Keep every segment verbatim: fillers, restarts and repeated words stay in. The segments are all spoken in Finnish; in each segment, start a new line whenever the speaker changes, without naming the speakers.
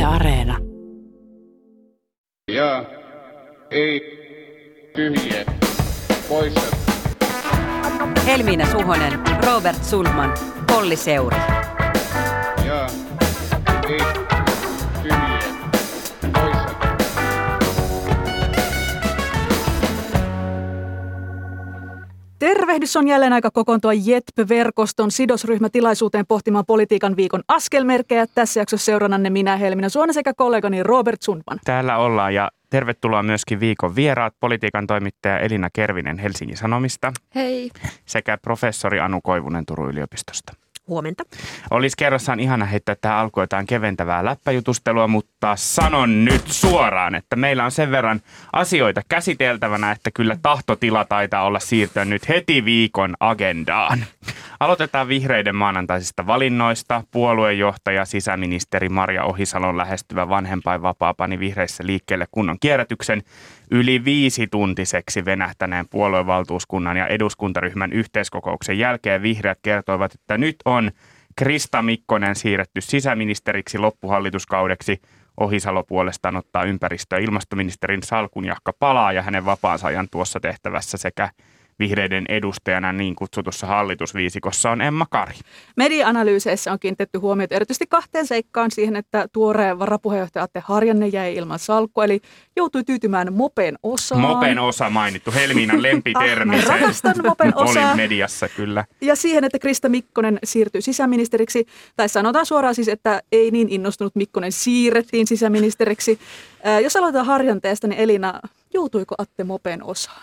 Areena.
Ja ei tyhjiä poissa.
Helmiina Suhonen, Robert Sundman, Polli Seuri.
Ja ei tyhjiä poissa.
Tervehdys, on jälleen aika kokoontua J E T P-verkoston sidosryhmätilaisuuteen pohtimaan politiikan viikon askelmerkkejä. Tässä jaksossa seurannanne minä, Helmiina Suhonen, sekä kollegani Robert Sundman.
Täällä ollaan ja tervetuloa myöskin viikon vieraat, politiikan toimittaja Elina Kervinen Helsingin Sanomista.
Hei.
Sekä professori Anu Koivunen Turun yliopistosta.
Huomenta.
Olisi kerrassaan ihana heittää tähän alkuun jotain keventävää läppäjutustelua, mutta sanon nyt suoraan, että meillä on sen verran asioita käsiteltävänä, että kyllä tahtotila taitaa olla siirtyä nyt heti viikon agendaan. Aloitetaan vihreiden maanantaisista valinnoista. Puoluejohtaja sisäministeri Maria Ohisalon lähestyvä vanhempainvapaa pani vihreissä liikkeelle kunnon kierrätyksen. Yli viisituntiseksi venähtäneen puoluevaltuuskunnan ja eduskuntaryhmän yhteiskokouksen jälkeen vihreät kertoivat, että nyt on Krista Mikkonen siirretty sisäministeriksi loppuhallituskaudeksi. Ohisalo puolestaan ottaa ympäristö- ja ilmastoministerin salkun jahka palaa ja hänen vapaansa ajan tuossa tehtävässä sekä vihreiden edustajana niin kutsutussa hallitusviisikossa on Emma Kari.
Media-analyyseissä on kiinnitetty huomiota erityisesti kahteen seikkaan siihen, että tuore varapuheenjohtaja Atte Harjanne jäi ilman salkkua, eli joutui tyytymään mopen osaan.
Mopen osa mainittu, Helmiinan lempitermi.
Ah, rakastan mopen osaa.
Olin mediassa kyllä.
Ja siihen, että Krista Mikkonen siirtyi sisäministeriksi, tai sanotaan suoraan siis, että ei niin innostunut Mikkonen siirrettiin sisäministeriksi. Äh, jos aloitetaan Harjanteesta, niin Elina, joutuiko Atte mopen osaan?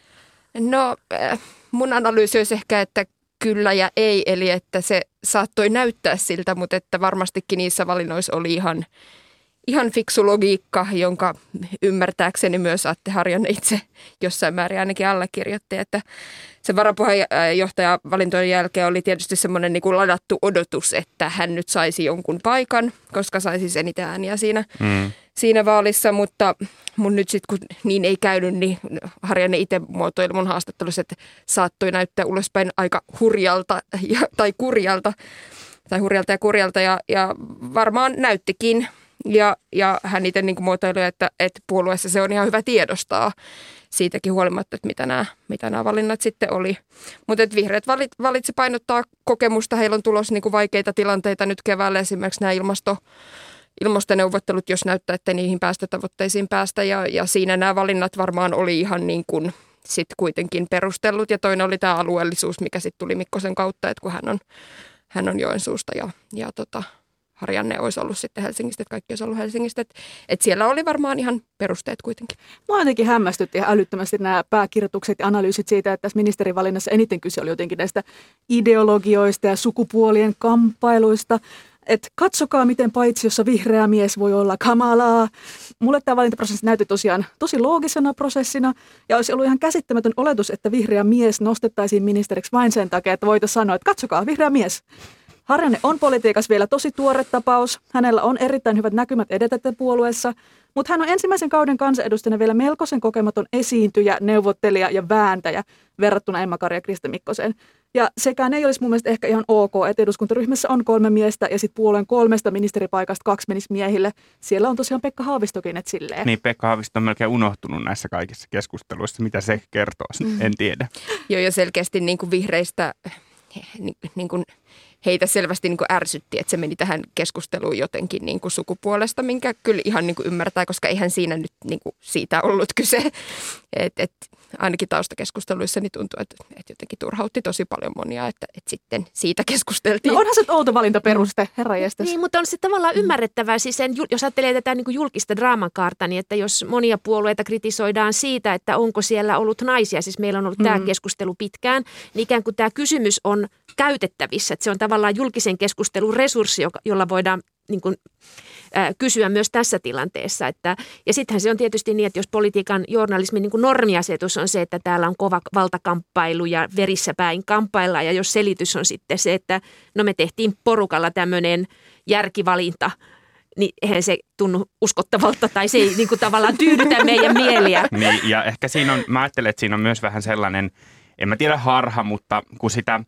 No mun analyysi olisi ehkä, että kyllä ja ei, eli että se saattoi näyttää siltä, mutta että varmastikin niissä valinnoissa oli ihan, ihan fiksu logiikka, jonka ymmärtääkseni myös Atte Harjanne itse jossain määrin ainakin allekirjoitti, että se varapuheenjohtaja valintojen jälkeen oli tietysti semmoinen niin kuin ladattu odotus, että hän nyt saisi jonkun paikan, koska saisi eniten ääniä siinä, mm. siinä vaalissa, mutta mun nyt sitten kun niin ei käynyt, niin Harjanne itse muotoili mun haastattelussa, että saattoi näyttää ulospäin aika hurjalta ja, tai kurjalta, tai hurjalta ja kurjalta ja, ja varmaan näyttikin. Ja, ja hän itse niin kuin muotoili, että, että puolueessa se on ihan hyvä tiedostaa siitäkin huolimatta, että mitä nämä, mitä nämä valinnat sitten oli. Mutta vihreät valit, valitsi painottaa kokemusta. Heillä on tulossa niin kuin vaikeita tilanteita nyt keväällä, esimerkiksi nämä ilmasto, ilmastoneuvottelut, jos näyttää, että niihin päästötavoitteisiin päästä. Ja, ja siinä nämä valinnat varmaan oli ihan niin kuin sitten kuitenkin perustellut. Ja toinen oli tämä alueellisuus, mikä sitten tuli Mikkosen kautta, että kun hän on, hän on Joensuusta ja, ja tota, Harjanne olisi ollut sitten Helsingistä, että kaikki olisi ollut Helsingistä. Että, että siellä oli varmaan ihan perusteet kuitenkin.
Mua jotenkin hämmästytti ihan älyttömästi nämä pääkirjoitukset ja analyysit siitä, että tässä ministerivalinnassa eniten kyse oli jotenkin näistä ideologioista ja sukupuolien kamppailuista. Että katsokaa, miten paitsiossa vihreä mies voi olla kamalaa. Mulle tämä valintaprosessi näytti tosiaan tosi loogisena prosessina. Ja olisi ollut ihan käsittämätön oletus, että vihreä mies nostettaisiin ministeriksi vain sen takia, että voitaisiin sanoa, että katsokaa, vihreä mies. Harjanne on politiikassa vielä tosi tuore tapaus. Hänellä on erittäin hyvät näkymät edetä puolueessa, mutta hän on ensimmäisen kauden kansanedustajana vielä melkoisen kokematon esiintyjä, neuvottelija ja vääntäjä verrattuna Emma Kari ja Krista Mikkoseen. Ja sekään ei olisi mun mielestä ehkä ihan ok, että eduskuntaryhmässä on kolme miestä ja sitten puolueen kolmesta ministeripaikasta kaksi menisi miehille. Siellä on tosiaan Pekka Haavistokin, että silleen.
Niin, Pekka Haavisto on melkein unohtunut näissä kaikissa keskusteluissa, mitä se kertoo, mm. en tiedä.
Joo, ja selkeästi niin kuin vihreistä niin, niin kuin heitä selvästi niin kuin ärsytti, että se meni tähän keskusteluun jotenkin niin kuin sukupuolesta, minkä kyllä ihan niin kuin ymmärtää, koska eihän siinä nyt niin kuin siitä ollut kyse. Et, et, ainakin taustakeskusteluissa niin tuntuu, että, että jotenkin turhautti tosi paljon monia, että, että sitten siitä keskusteltiin.
No onhan se outo valintaperuste, herranjestas.
Niin, mutta on se tavallaan ymmärrettävää, siis sen, jos ajattelee tätä niin kuin julkista draamankaarta, niin että jos monia puolueita kritisoidaan siitä, että onko siellä ollut naisia, siis meillä on ollut mm. tämä keskustelu pitkään, niin ikään kuin tämä kysymys on käytettävissä, että se on tavallaan julkisen keskustelun resurssi, jolla voidaan niin kuin, äh, kysyä myös tässä tilanteessa. Että, ja sittenhän se on tietysti niin, että jos politiikan journalismin niin kuin normiasetus on se, että täällä on kova valtakamppailu ja verissä päin kamppaillaan, ja jos selitys on sitten se, että no me tehtiin porukalla tämmöinen järkivalinta, niin eihän se tunnu uskottavalta tai se ei niin kuin tavallaan tyydytä meidän mieliä.
Niin, ja ehkä siinä on, mä ajattelen, että siinä on myös vähän sellainen, en mä tiedä harha, mutta kun sitä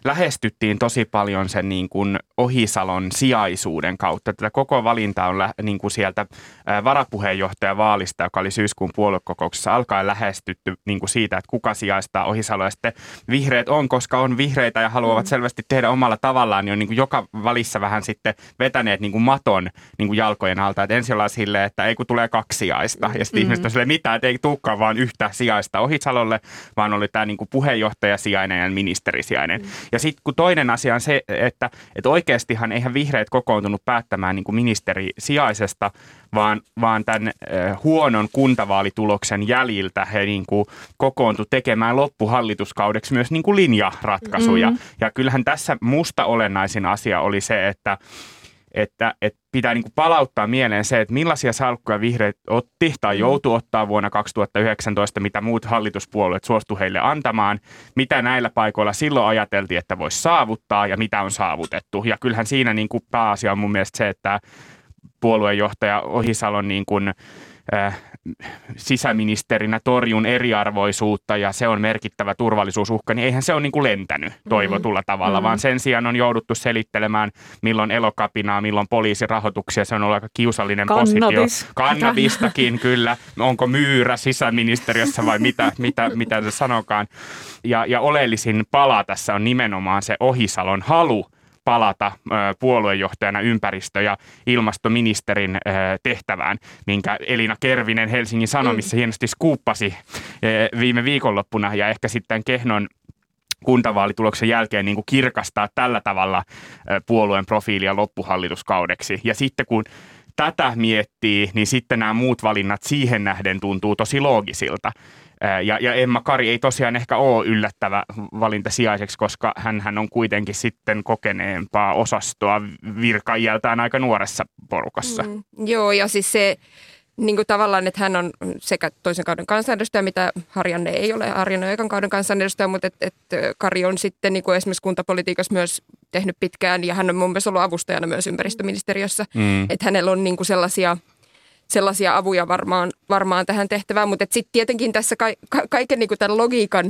lähestyttiin tosi paljon sen niin kuin Ohisalon sijaisuuden kautta. Tätä koko valinta on lä- niin kuin sieltä ää, varapuheenjohtajavaalista, joka oli syyskuun puoluekokouksessa, alkaen lähestytty niin kuin siitä, että kuka sijaistaa Ohisaloa. Ja sitten vihreät on, koska on vihreitä ja haluavat mm. selvästi tehdä omalla tavallaan, niin on niin kuin joka valissa vähän sitten vetäneet niin kuin maton niin kuin jalkojen alta. Et ensin ollaan silleen, että ei kun tulee kaksi sijaista. Ja sitten mm. ihmiset on silleen, mitä, että ei tulekaan vaan yhtä sijaista Ohisalolle, vaan oli tämä niin kuin puheenjohtajasijainen ja ministerisijainen. Mm. Ja sitten kun toinen asia on se, että, että oikeastihan eihän vihreät kokoontunut päättämään niin kuin ministerisijaisesta, vaan, vaan tämän äh, huonon kuntavaalituloksen jäljiltä he niin kuin kokoontu tekemään loppuhallituskaudeksi myös niin kuin linjaratkaisuja. Mm. Ja kyllähän tässä musta olennaisin asia oli se, että Että, että pitää niin kuin palauttaa mieleen se, että millaisia salkkuja vihreät otti tai joutui ottaa vuonna kaksituhattayhdeksäntoista, mitä muut hallituspuolueet suostu heille antamaan, mitä näillä paikoilla silloin ajateltiin, että voisi saavuttaa ja mitä on saavutettu. Ja kyllähän siinä niin kuin pääasia on mun mielestä se, että puoluejohtaja Ohisalon niin kuin Äh, sisäministerinä torjun eriarvoisuutta ja se on merkittävä turvallisuusuhka, niin eihän se ole niin kuin lentänyt toivotulla tavalla, mm. vaan sen sijaan on jouduttu selittelemään, milloin elokapinaa, milloin poliisirahoituksia. Se on ollut aika kiusallinen
Kannabis.
positio. Kannabistakin kyllä. Onko myyrä sisäministeriössä vai mitä, mitä, mitä se sanokaan. Ja, ja oleellisin pala tässä on nimenomaan se Ohisalon halu palata ö, puoluejohtajana ympäristö- ja ilmastoministerin ö, tehtävään, minkä Elina Kervinen Helsingin Sanomissa mm. hienosti skuuppasi ö, viime viikonloppuna ja ehkä sitten Kehnon kuntavaalituloksen jälkeen niin kuin kirkastaa tällä tavalla ö, puolueen profiilia loppuhallituskaudeksi. Ja sitten kun tätä miettii, niin sitten nämä muut valinnat siihen nähden tuntuu tosi loogisilta. Ja, ja Emma Kari ei tosiaan ehkä ole yllättävä valinta sijaiseksi, koska hänhän on kuitenkin sitten kokeneempaa osastoa virkaiältään aika nuoressa porukassa. Mm,
joo, ja siis se niin kuin tavallaan, että hän on sekä toisen kauden kansanedustaja, mitä Harjanne ei ole, Harjanne on ekan kauden kansanedustaja, mutta et, et Kari on sitten niin kuin esimerkiksi kuntapolitiikassa myös tehnyt pitkään, ja hän on mun mielestä ollut avustajana myös ympäristöministeriössä, mm. että hänellä on niin kuin sellaisia... sellaisia avuja varmaan, varmaan tähän tehtävään, mutta sitten tietenkin tässä ka- ka- kaiken niin kuin tämän logiikan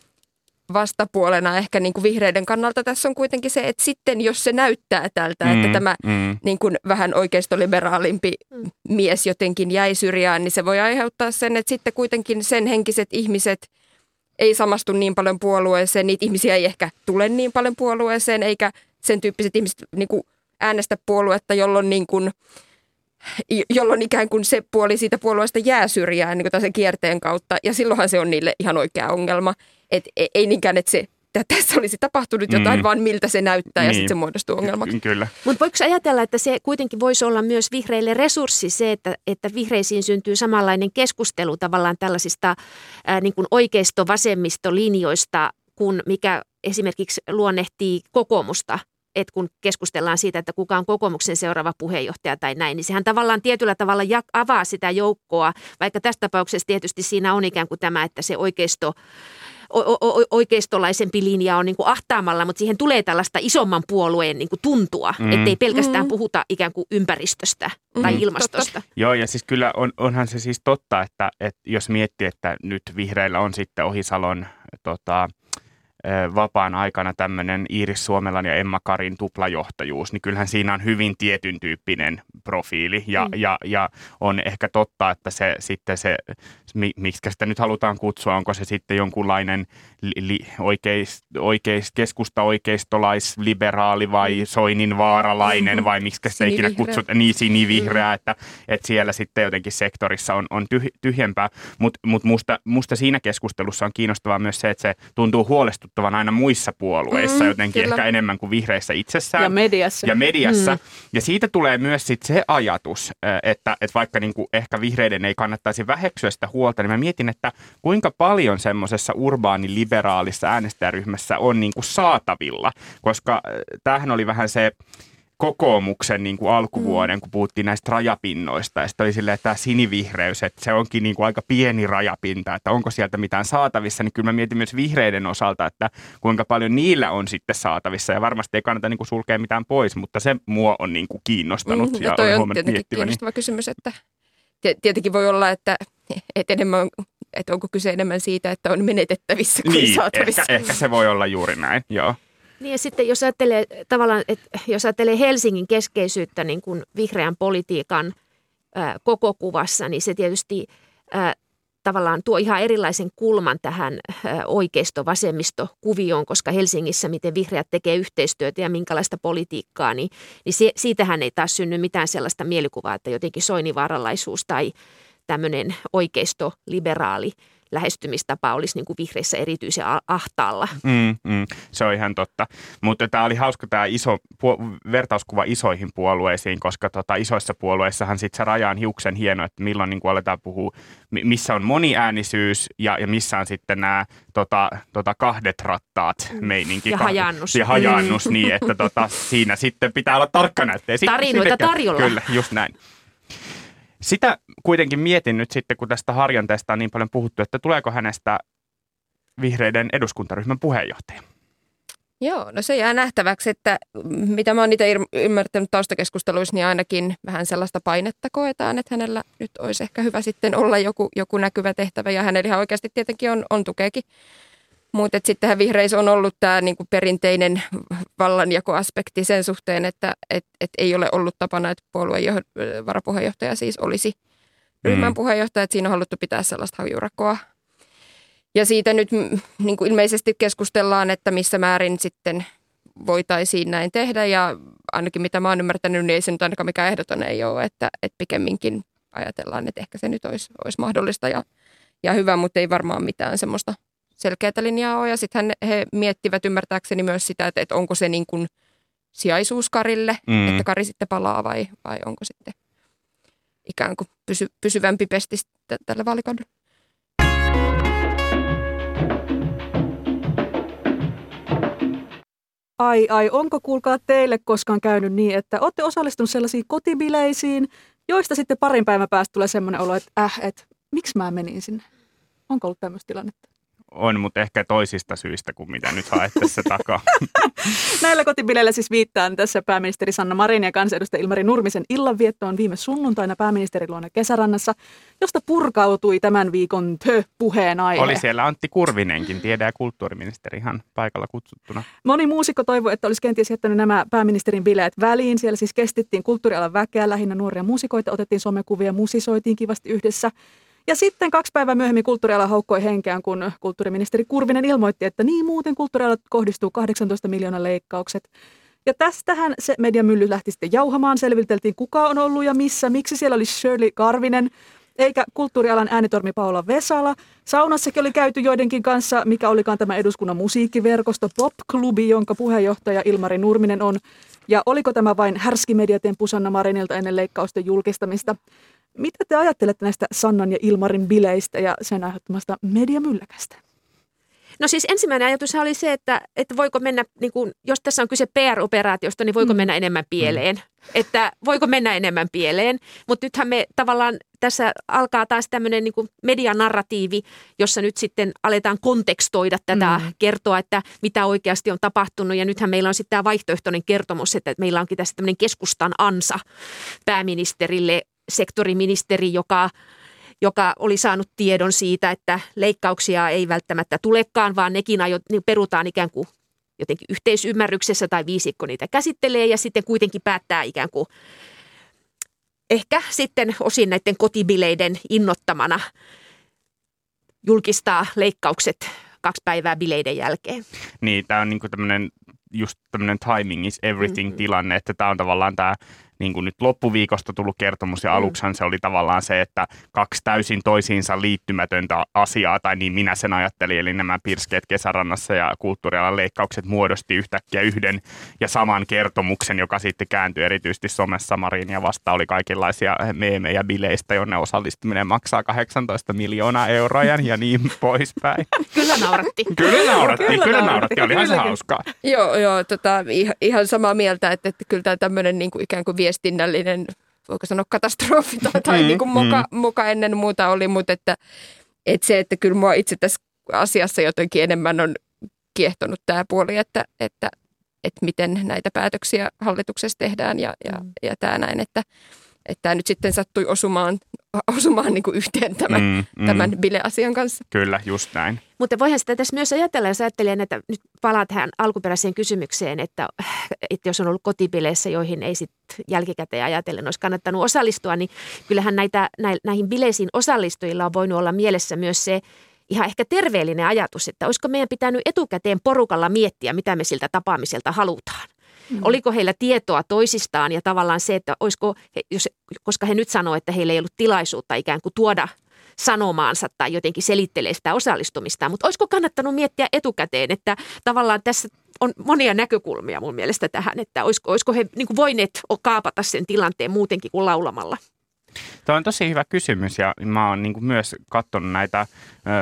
vastapuolena ehkä niin kuin vihreiden kannalta tässä on kuitenkin se, että sitten jos se näyttää tältä, mm, että tämä mm. niin kuin vähän oikeistoliberaalimpi mm. mies jotenkin jäi syrjään, niin se voi aiheuttaa sen, että sitten kuitenkin sen henkiset ihmiset ei samastu niin paljon puolueeseen, niitä ihmisiä ei ehkä tule niin paljon puolueeseen, eikä sen tyyppiset ihmiset niin kuin äänestä puoluetta, jolloin niin kuin jolloin ikään kuin se puoli siitä puolueesta jää syrjään niin kuin sen kierteen kautta. Ja silloinhan se on niille ihan oikea ongelma. Et ei niinkään, että se, että tässä olisi tapahtunut jotain, mm. vaan miltä se näyttää niin. Ja sitten se muodostuu ongelmaksi.
Kyllä.
Mutta voiko ajatella, että se kuitenkin voisi olla myös vihreille resurssi se, että, että vihreisiin syntyy samanlainen keskustelu tavallaan tällaisista ää, niin kuin oikeisto-vasemmistolinjoista, kuin mikä esimerkiksi luonnehtii kokoomusta. Että kun keskustellaan siitä, että kuka on kokoomuksen seuraava puheenjohtaja tai näin, niin sehän tavallaan tietyllä tavalla avaa sitä joukkoa, vaikka tässä tapauksessa tietysti siinä on ikään kuin tämä, että se oikeisto, o- o- oikeistolaisempi linja on niin kuin ahtaamalla, mutta siihen tulee tällaista isomman puolueen niin kuin tuntua, mm. ettei pelkästään mm. puhuta ikään kuin ympäristöstä mm. tai ilmastosta.
Totta. Joo, ja siis kyllä on, onhan se siis totta, että, että jos miettii, että nyt vihreillä on sitten Ohisalon tota, vapaan aikana tämmöinen Iiris Suomelan ja Emma Karin tuplajohtajuus, niin kyllähän siinä on hyvin tietyn tyyppinen profiili ja, mm. ja, ja on ehkä totta, että se sitten se, miksi sitä nyt halutaan kutsua, onko se sitten jonkunlainen li, li, oikeist, oikeist, keskusta-oikeistolaisliberaali vai Soinin vaaralainen vai miksi sitä ikinä kutsut, niin sinivihreä, että, että siellä sitten jotenkin sektorissa on, on tyh, tyhjempää, mutta mut musta, musta siinä keskustelussa on kiinnostavaa myös se, että se tuntuu huolestuttavan aina muissa puolueissa mm, jotenkin kyllä. ehkä enemmän kuin vihreissä itsessään.
Ja mediassa.
Ja mediassa. Mm. Ja siitä tulee myös sit se ajatus, että, että vaikka niinku ehkä vihreiden ei kannattaisi väheksyä sitä huolta, niin mä mietin, että kuinka paljon semmoisessa urbaaniliberaalissa äänestäjäryhmässä on niinku saatavilla, koska tämähän oli vähän se kokoomuksen niin kuin alkuvuoden, kun puhuttiin näistä rajapinnoista. Ja sitten oli silleen, että tämä sinivihreys, että se onkin niin kuin aika pieni rajapinta, että onko sieltä mitään saatavissa. Niin kyllä mä mietin myös vihreiden osalta, että kuinka paljon niillä on sitten saatavissa. Ja varmasti ei kannata niin kuin sulkea mitään pois, mutta se mua on niin kuin kiinnostanut.
Mm, ja toi on tietenkin kiinnostava kysymys, että tietenkin voi olla, että, että, enemmän, että onko kyse enemmän siitä, että on menetettävissä kuin
niin,
saatavissa.
Ehkä, ehkä se voi olla juuri näin, joo.
Niin ja sitten jos ajattelee tavallaan, että jos ajattelee Helsingin keskeisyyttä niin kuin vihreän politiikan ää, koko kuvassa, niin se tietysti ää, tavallaan tuo ihan erilaisen kulman tähän oikeisto-vasemmisto-kuvioon, koska Helsingissä, miten vihreät tekee yhteistyötä ja minkälaista politiikkaa, niin, niin se, siitähän ei taas synny mitään sellaista mielikuvaa, että jotenkin soinivaaralaisuus tai tämmöinen oikeisto-liberaali lähestymistapa olisi niin kuin vihreissä erityisen ahtaalla.
Mm, mm, se on ihan totta. Mutta tämä oli hauska tämä iso pu- vertauskuva isoihin puolueisiin, koska tota, isoissa puolueissahan sitten se raja on hiuksen hieno, että milloin niin kuin aletaan puhua, missä on moniäänisyys ja, ja missä on sitten nämä tota, tota kahdet rattaat meininki.
Ja hajannus.
Ja hajannus, mm. niin että tota, siinä sitten pitää olla tarkkana.
Tarinoita tarjolla.
Kyllä, just näin. Sitä kuitenkin mietin nyt sitten, kun tästä Harjanteesta on niin paljon puhuttu, että tuleeko hänestä vihreiden eduskuntaryhmän puheenjohtaja?
Joo, no se jää nähtäväksi, että mitä mä oon niitä ymmärtänyt taustakeskusteluissa, niin ainakin vähän sellaista painetta koetaan, että hänellä nyt olisi ehkä hyvä sitten olla joku, joku näkyvä tehtävä ja hänellä ihan oikeasti tietenkin on, on tukeekin. Mutta sittenhän vihreissä on ollut tämä niinku perinteinen vallanjakoaspekti sen suhteen, että et, et ei ole ollut tapana, että puolueen varapuheenjohtaja siis olisi ryhmän mm. puheenjohtaja, että siinä on haluttu pitää sellaista hajurakoa. Ja siitä nyt niinku ilmeisesti keskustellaan, että missä määrin sitten voitaisiin näin tehdä ja ainakin mitä mä oon ymmärtänyt, niin ei se nyt ainakaan mikään ehdoton ei ole, että et pikemminkin ajatellaan, että ehkä se nyt olisi, olisi mahdollista ja, ja hyvä, mutta ei varmaan mitään semmoista selkeätä linjaa on ja sitten he miettivät ymmärtääkseni myös sitä, että, että onko se niin kuin sijaisuus Karille, mm. että Kari sitten palaa vai, vai onko sitten ikään kuin pysy, pysyvämpi pesti tällä vaalikaudella.
Ai ai, onko kuulkaa teille koskaan käynyt niin, että olette osallistunut sellaisiin kotibileisiin, joista sitten parin päivän päästä tulee semmoinen olo, että äh, että miksi mä menin sinne? Onko ollut tämmöistä tilannetta?
On, mutta ehkä toisista syistä kuin mitä nyt haet tässä takaa.
Näillä kotibileillä siis viittaan tässä pääministeri Sanna Marin ja kansanedustaja Ilmari Nurmisen illanviettoon viime sunnuntaina pääministerin luona Kesärannassa, josta purkautui tämän viikon tö-puheenaihe.
Oli siellä Antti Kurvinenkin, tiede- ja kulttuuriministeri ihan paikalla kutsuttuna.
Moni muusikko toivoi, että olisi kenties jättänyt nämä pääministerin bileet väliin. Siellä siis kestittiin kulttuurialan väkeä, lähinnä nuoria muusikoita, otettiin somekuvia, musisoitiin kivasti yhdessä. Ja sitten kaksi päivää myöhemmin kulttuuriala haukkoi henkeään, kun kulttuuriministeri Kurvinen ilmoitti, että niin muuten kulttuuriala kohdistuu kahdeksantoista miljoonan leikkaukset. Ja tästähän se mediamylly lähti sitten jauhamaan, selviteltiin kuka on ollut ja missä, miksi siellä oli Shirley Karvinen, eikä kulttuurialan äänitormi Paula Vesala. Saunassakin oli käyty joidenkin kanssa, mikä olikaan tämä eduskunnan musiikkiverkosto Pop-klubi, jonka puheenjohtaja Ilmari Nurminen on. Ja oliko tämä vain härski mediatemppu Sanna Marinilta ennen leikkausten julkistamista? Mitä te ajattelette näistä Sannan ja Ilmarin bileistä ja sen aiheuttamasta mediamylläkästä?
No siis ensimmäinen ajatus oli se, että, että voiko mennä, niin kuin, jos tässä on kyse P R-operaatiosta, niin voiko mm. mennä enemmän pieleen. Mm. Että voiko mennä enemmän pieleen. Mutta nythän me tavallaan tässä alkaa taas tämmöinen niin kuin medianarratiivi, jossa nyt sitten aletaan kontekstoida tätä, mm. kertoa, että mitä oikeasti on tapahtunut. Ja nythän meillä on sitten tämä vaihtoehtoinen kertomus, että meillä onkin tässä tämmöinen keskustan ansa pääministerille, sektoriministeri, joka, joka oli saanut tiedon siitä, että leikkauksia ei välttämättä tulekaan, vaan nekin ajo, niin perutaan ikään kuin jotenkin yhteisymmärryksessä tai viisikko niitä käsittelee ja sitten kuitenkin päättää ikään kuin ehkä sitten osin näiden kotibileiden innottamana julkistaa leikkaukset kaksi päivää bileiden jälkeen.
Niin, tämä on niinku tämmöinen just tämmöinen timing is everything mm-hmm. tilanne, että tämä on tavallaan tämä niin kuin nyt loppuviikosta tullut kertomus ja aluksihan se oli tavallaan se, että kaksi täysin toisiinsa liittymätöntä asiaa, tai niin minä sen ajattelin, eli nämä pirskeet Kesärannassa ja kulttuurialan leikkaukset muodosti yhtäkkiä yhden ja saman kertomuksen, joka sitten kääntyi erityisesti somessa Marinia vastaan, oli kaikenlaisia meemejä bileistä, jonne osallistuminen maksaa kahdeksantoista miljoonaa euroa ja niin poispäin.
Kyllä nauratti.
Kyllä nauratti, kyllä, kyllä nauratti, olihan se hauskaa.
Joo, joo tota, ihan samaa mieltä, että, että kyllä tämä tämmöinen niin kuin ikään kuin viestinnällinen, voiko sanoa katastrofi tai, tai mm, niin kuin moka, mm. moka ennen muuta oli, mutta että, että se, että kyllä mua itse tässä asiassa jotenkin enemmän on kiehtonut tämä puoli, että, että, että miten näitä päätöksiä hallituksessa tehdään ja, ja, mm. ja tämä näin, että että tämä nyt sitten sattui osumaan, osumaan niin kuin yhteen tämän, mm, mm. tämän bileasian kanssa.
Kyllä, just näin.
Mutta voihan sitä tässä myös ajatella, jos ajattelen, että nyt palaan tähän alkuperäiseen kysymykseen, että, että jos on ollut kotibileissä, joihin ei sitten jälkikäteen ajatellen olisi kannattanut osallistua, niin kyllähän näitä, näihin bileisiin osallistujilla on voinut olla mielessä myös se ihan ehkä terveellinen ajatus, että olisiko meidän pitänyt etukäteen porukalla miettiä, mitä me siltä tapaamiselta halutaan. Mm. Oliko heillä tietoa toisistaan ja tavallaan se, että olisiko, he, jos, koska he nyt sanoo, että heillä ei ollut tilaisuutta ikään kuin tuoda sanomaansa tai jotenkin selittelee sitä osallistumista, mutta olisiko kannattanut miettiä etukäteen, että tavallaan tässä on monia näkökulmia mun mielestä tähän, että olisiko, olisiko he niin kuin voineet kaapata sen tilanteen muutenkin kuin laulamalla.
Tuo on tosi hyvä kysymys ja mä oon niin kuin myös katsonut näitä ö,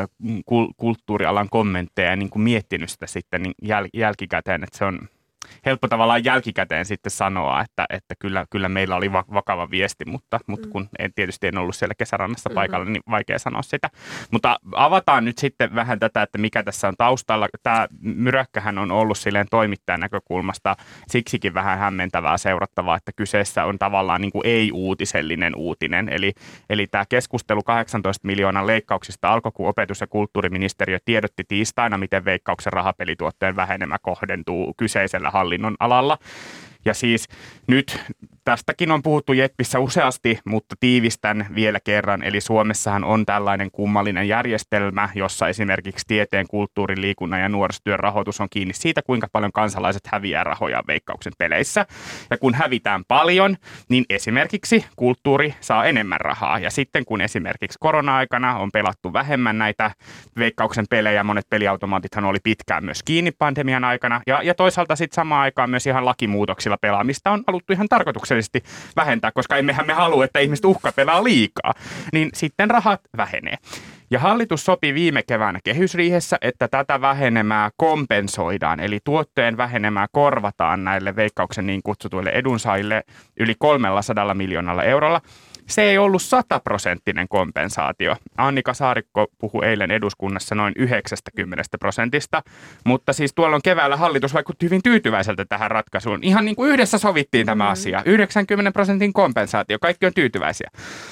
kulttuurialan kommentteja ja niin kuin miettinyt sitä sitten niin jäl, jälkikäteen, että se on helppo tavallaan jälkikäteen sitten sanoa, että, että kyllä, kyllä meillä oli vakava viesti, mutta, mutta kun en tietysti en ollut siellä kesärannassa paikalla, niin vaikea sanoa sitä. Mutta avataan nyt sitten vähän tätä, että mikä tässä on taustalla. Tämä myräkkähän on ollut silleen toimittajan näkökulmasta siksikin vähän hämmentävää seurattavaa, että kyseessä on tavallaan niin kuin ei-uutisellinen uutinen. Eli, eli tämä keskustelu kahdeksantoista miljoonan leikkauksista alkoi, kun opetus- ja kulttuuriministeriö tiedotti tiistaina, miten Veikkauksen rahapelituotteen vähenemä kohdentuu kyseisellä hallinnon alalla. Ja siis nyt tästäkin on puhuttu Jeppissä useasti, mutta tiivistän vielä kerran. Eli Suomessahan on tällainen kummallinen järjestelmä, jossa esimerkiksi tieteen, kulttuurin, liikunnan ja nuorisotyön rahoitus on kiinni siitä, kuinka paljon kansalaiset häviää rahoja Veikkauksen peleissä. Ja kun hävitään paljon, niin esimerkiksi kulttuuri saa enemmän rahaa. Ja sitten kun esimerkiksi korona-aikana on pelattu vähemmän näitä Veikkauksen pelejä, monet peliautomaatithan oli pitkään myös kiinni pandemian aikana. Ja, ja toisaalta sitten samaan aikaan myös ihan lakimuutoksilla pelaamista on haluttu ihan tarkoituksellisesti vähentää, koska emmehän me halua, että ihmiset uhkapelaa liikaa, niin sitten rahat vähenee. Ja hallitus sopi viime keväänä kehysriihessä, että tätä vähenemää kompensoidaan, eli tuottojen vähenemää korvataan näille Veikkauksen niin kutsutuille edunsaajille yli kolmellasadalla miljoonalla eurolla. Se ei ollut sataprosenttinen kompensaatio. Annika Saarikko puhui eilen eduskunnassa noin yhdeksänkymmentä prosentista, mutta siis tuolla on keväällä hallitus vaikutti hyvin tyytyväiseltä tähän ratkaisuun. Ihan niin kuin yhdessä sovittiin tämä asia. yhdeksänkymmentä prosentin kompensaatio, kaikki on tyytyväisiä.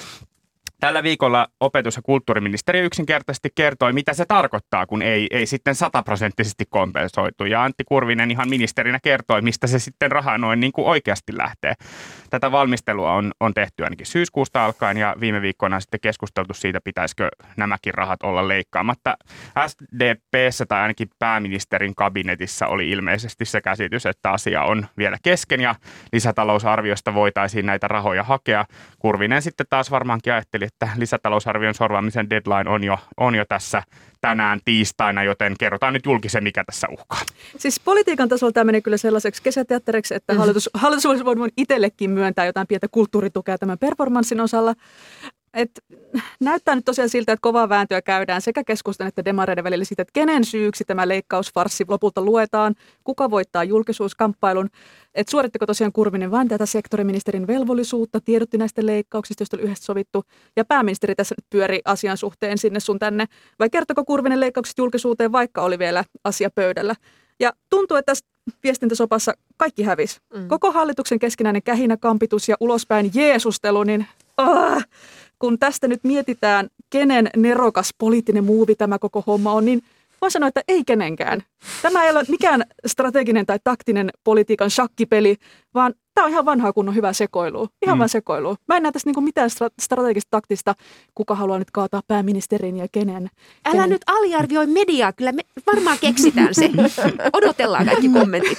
Tällä viikolla opetus- ja kulttuuriministeriö yksinkertaisesti kertoi, mitä se tarkoittaa, kun ei, ei sitten sataprosenttisesti kompensoitu. Ja Antti Kurvinen ihan ministerinä kertoi, mistä se sitten raha noin niin kuin oikeasti lähtee. Tätä valmistelua on, on tehty ainakin syyskuusta alkaen ja viime viikkoina on sitten keskusteltu siitä, pitäisikö nämäkin rahat olla leikkaamatta. S D P:ssä tai ainakin pääministerin kabinetissa oli ilmeisesti se käsitys, että asia on vielä kesken ja lisätalousarviosta voitaisiin näitä rahoja hakea. Kurvinen sitten taas varmaankin ajatteli, että lisätalousarvion sorvaamisen deadline on jo, on jo tässä tänään tiistaina, joten kerrotaan nyt julkisen, mikä tässä uhkaa.
Siis politiikan tasolla tämä menee kyllä sellaiseksi kesäteatteriksi, että hallitus, hallitus olisi voinut itsellekin myöntää jotain pientä kulttuuritukea tämän performanssin osalla. Et näyttää nyt tosiaan siltä, että kovaa vääntöä käydään sekä keskustan että demareiden välillä siitä, että kenen syyksi tämä leikkausfarssi lopulta luetaan, kuka voittaa julkisuuskamppailun. Että suorittiko tosiaan Kurvinen vain tätä sektoriministerin velvollisuutta, tiedotti näistä leikkauksista, joista oli yhdessä sovittu, ja pääministeri tässä nyt pyöri asian suhteen sinne sun tänne, vai kertoko Kurvinen leikkaukset julkisuuteen, vaikka oli vielä asia pöydällä. Ja tuntuu, että tässä viestintäsopassa kaikki hävisi. Mm. Koko hallituksen keskinäinen kähinä, kampitus ja ulospäin jeesustelu, niin ah, kun tästä nyt mietitään, kenen nerokas poliittinen muuvi tämä koko homma on, niin voin sanoa, että ei kenenkään. Tämä ei ole mikään strateginen tai taktinen politiikan shakkipeli, vaan tämä on ihan vanhaa kunnon hyvää sekoilua. Ihan mm. vaan sekoilua. Mä en näe tässä niinku mitään strategista taktista, kuka haluaa nyt kaataa pääministerin ja kenen.
Älä
kenen.
nyt aliarvioi mediaa, kyllä me varmaan keksitään se. Odotellaan kaikki kommentit.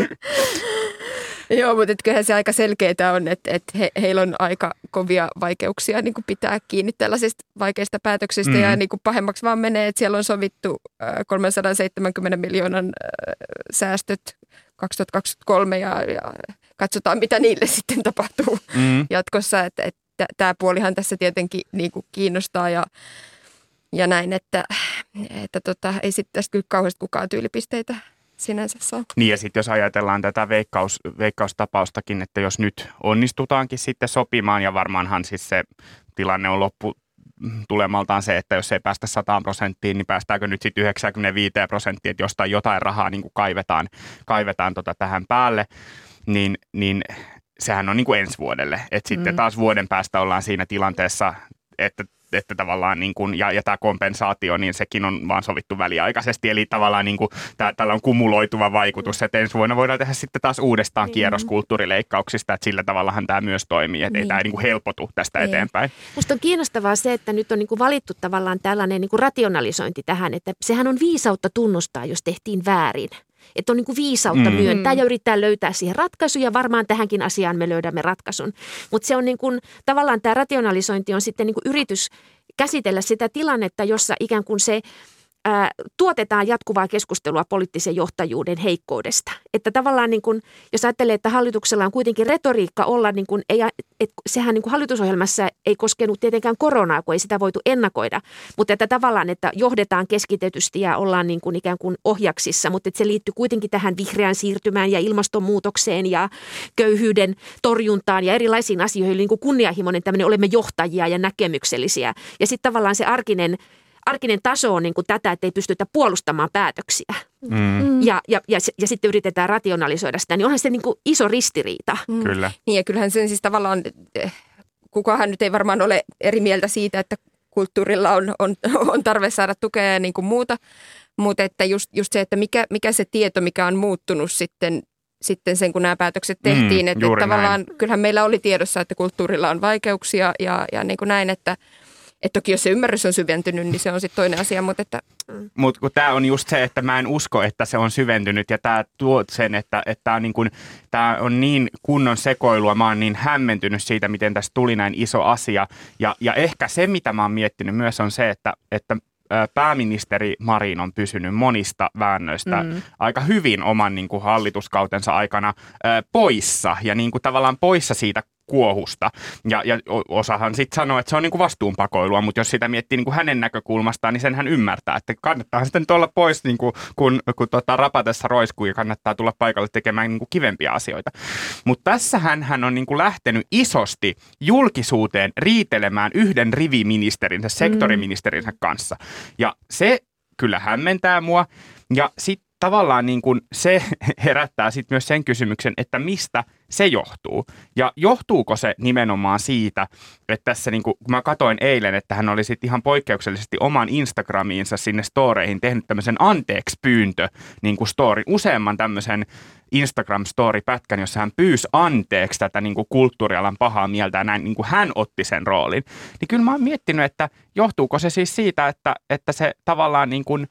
Joo, mutta kyllähän se aika selkeää on, että, että he, heillä on aika kovia vaikeuksia niin kuin pitää kiinni tällaisista vaikeista päätöksistä. Mm. Ja niin kuin pahemmaksi vaan menee, että siellä on sovittu kolmesataaseitsemänkymmentä miljoonan säästöt kaksituhattakaksikymmentäkolme ja, ja katsotaan, mitä niille sitten tapahtuu mm. jatkossa. Että, että tämä puolihan tässä tietenkin niin kuin kiinnostaa ja, ja näin, että, että tota, ei sitten tästä kyllä kauheasti kukaan tyylipisteitä sinänsä saa.
Niin ja sitten jos ajatellaan tätä veikkaus, veikkaustapaustakin, että jos nyt onnistutaankin sitten sopimaan ja varmaanhan siis se tilanne on loppu tulemaltaan se, että jos ei päästä sataan prosenttiin, niin päästäänkö nyt sitten yhdeksänkymmentäviisi prosenttia, että jostain jotain rahaa niin kuin kaivetaan, kaivetaan tota tähän päälle, niin, niin sehän on niin kuin ensi vuodelle. Että sitten
Mm.
taas vuoden päästä ollaan siinä tilanteessa, että että tavallaan niin kuin, ja, ja tämä kompensaatio, niin sekin on vaan sovittu väliaikaisesti, eli tavallaan niin kuin, tää, tällä on kumuloituva vaikutus, että ensi vuonna voidaan tehdä sitten taas uudestaan
Niin.
kierros kulttuurileikkauksista, että sillä tavallahan tämä myös toimii, että
Niin.
ei tämä niin kuin helpotu tästä
Niin.
eteenpäin.
Musta on kiinnostavaa se, että nyt on niin kuin valittu tavallaan tällainen niin kuin rationalisointi tähän, että sehän on viisautta tunnustaa, jos tehtiin väärin. Että on niin kuin viisautta
Mm.
myöntää ja yrittää löytää siihen ratkaisuja. Varmaan tähänkin asiaan me löydämme ratkaisun. Mutta se on niin kuin, tavallaan tämä rationalisointi on sitten niin kuin yritys käsitellä sitä tilannetta, jossa ikään kuin se ää, tuotetaan jatkuvaa keskustelua poliittisen johtajuuden heikkoudesta. Että tavallaan niin kuin, jos ajattelee, että hallituksella on kuitenkin retoriikka olla, niin kuin, ei, että sehän niin kuin hallitusohjelmassa ei koskenut tietenkään koronaa, kun ei sitä voitu ennakoida. Mutta että tavallaan, että johdetaan keskitetysti ja ollaan niin kuin ikään kuin ohjaksissa, mutta että se liittyy kuitenkin tähän vihreään siirtymään ja ilmastonmuutokseen ja köyhyyden torjuntaan ja erilaisiin asioihin, niin kuin kunnianhimoinen tämmöinen olemme johtajia ja näkemyksellisiä. Ja sitten tavallaan se arkinen Arkinen taso on niin kuin tätä, että ei pystytä puolustamaan päätöksiä
Mm.
ja, ja, ja, ja sitten yritetään rationalisoida sitä, niin onhan se niin kuin iso ristiriita.
Mm.
Kyllä.
Niin ja kyllähän sen siis tavallaan, eh, kukahan nyt ei varmaan ole eri mieltä siitä, että kulttuurilla on, on, on tarve saada tukea ja niin kuin muuta, mutta että just, just se, että mikä, mikä se tieto, mikä on muuttunut sitten, sitten sen, kun nämä päätökset tehtiin,
Mm,
että,
juuri
että tavallaan kyllähän meillä oli tiedossa, että kulttuurilla on vaikeuksia ja, ja niin kuin näin, että Että toki jos se ymmärrys on syventynyt, niin se on sitten toinen asia, mutta että...
Mutta kun tämä on just se, että mä en usko, että se on syventynyt ja tämä tuo sen, että tämä on, niin kun, on niin kunnon sekoilua. Mä oon niin hämmentynyt siitä, miten tässä tuli näin iso asia. Ja, ja ehkä se, mitä mä oon miettinyt myös on se, että, että pääministeri Marin on pysynyt monista väännöistä mm. aika hyvin oman niin kuin hallituskautensa aikana ää, poissa ja niin kuin tavallaan poissa siitä kuohusta. Ja, ja osahan sitten sanoo, että se on niin kuin vastuunpakoilua, mutta jos sitä miettii niin kuin hänen näkökulmastaan, niin sen hän ymmärtää, että kannattaa sitten olla pois, niin kuin, kun, kun tota, rapatessa roiskuu ja kannattaa tulla paikalle tekemään niin kuin kivempiä asioita. Mutta tässähän hän on niin kuin lähtenyt isosti julkisuuteen riitelemään yhden riviministerinsä, sektoriministerinsä kanssa. Ja se kyllä hämmentää mua. Ja sitten tavallaan niin kuin se herättää sitten myös sen kysymyksen, että mistä se johtuu. Ja johtuuko se nimenomaan siitä, että tässä niin kuin, kun mä katsoin eilen, että hän oli sitten ihan poikkeuksellisesti oman Instagramiinsa sinne storeihin tehnyt tämmöisen anteeksi pyyntö niin kuin story, useamman tämmöisen Instagram-story-pätkän, jossa hän pyysi anteeksi tätä niin kuin kulttuurialan pahaa mieltä ja näin niin kuin hän otti sen roolin. Niin kyllä mä oon miettinyt, että johtuuko se siis siitä, että, että se tavallaan niin kuin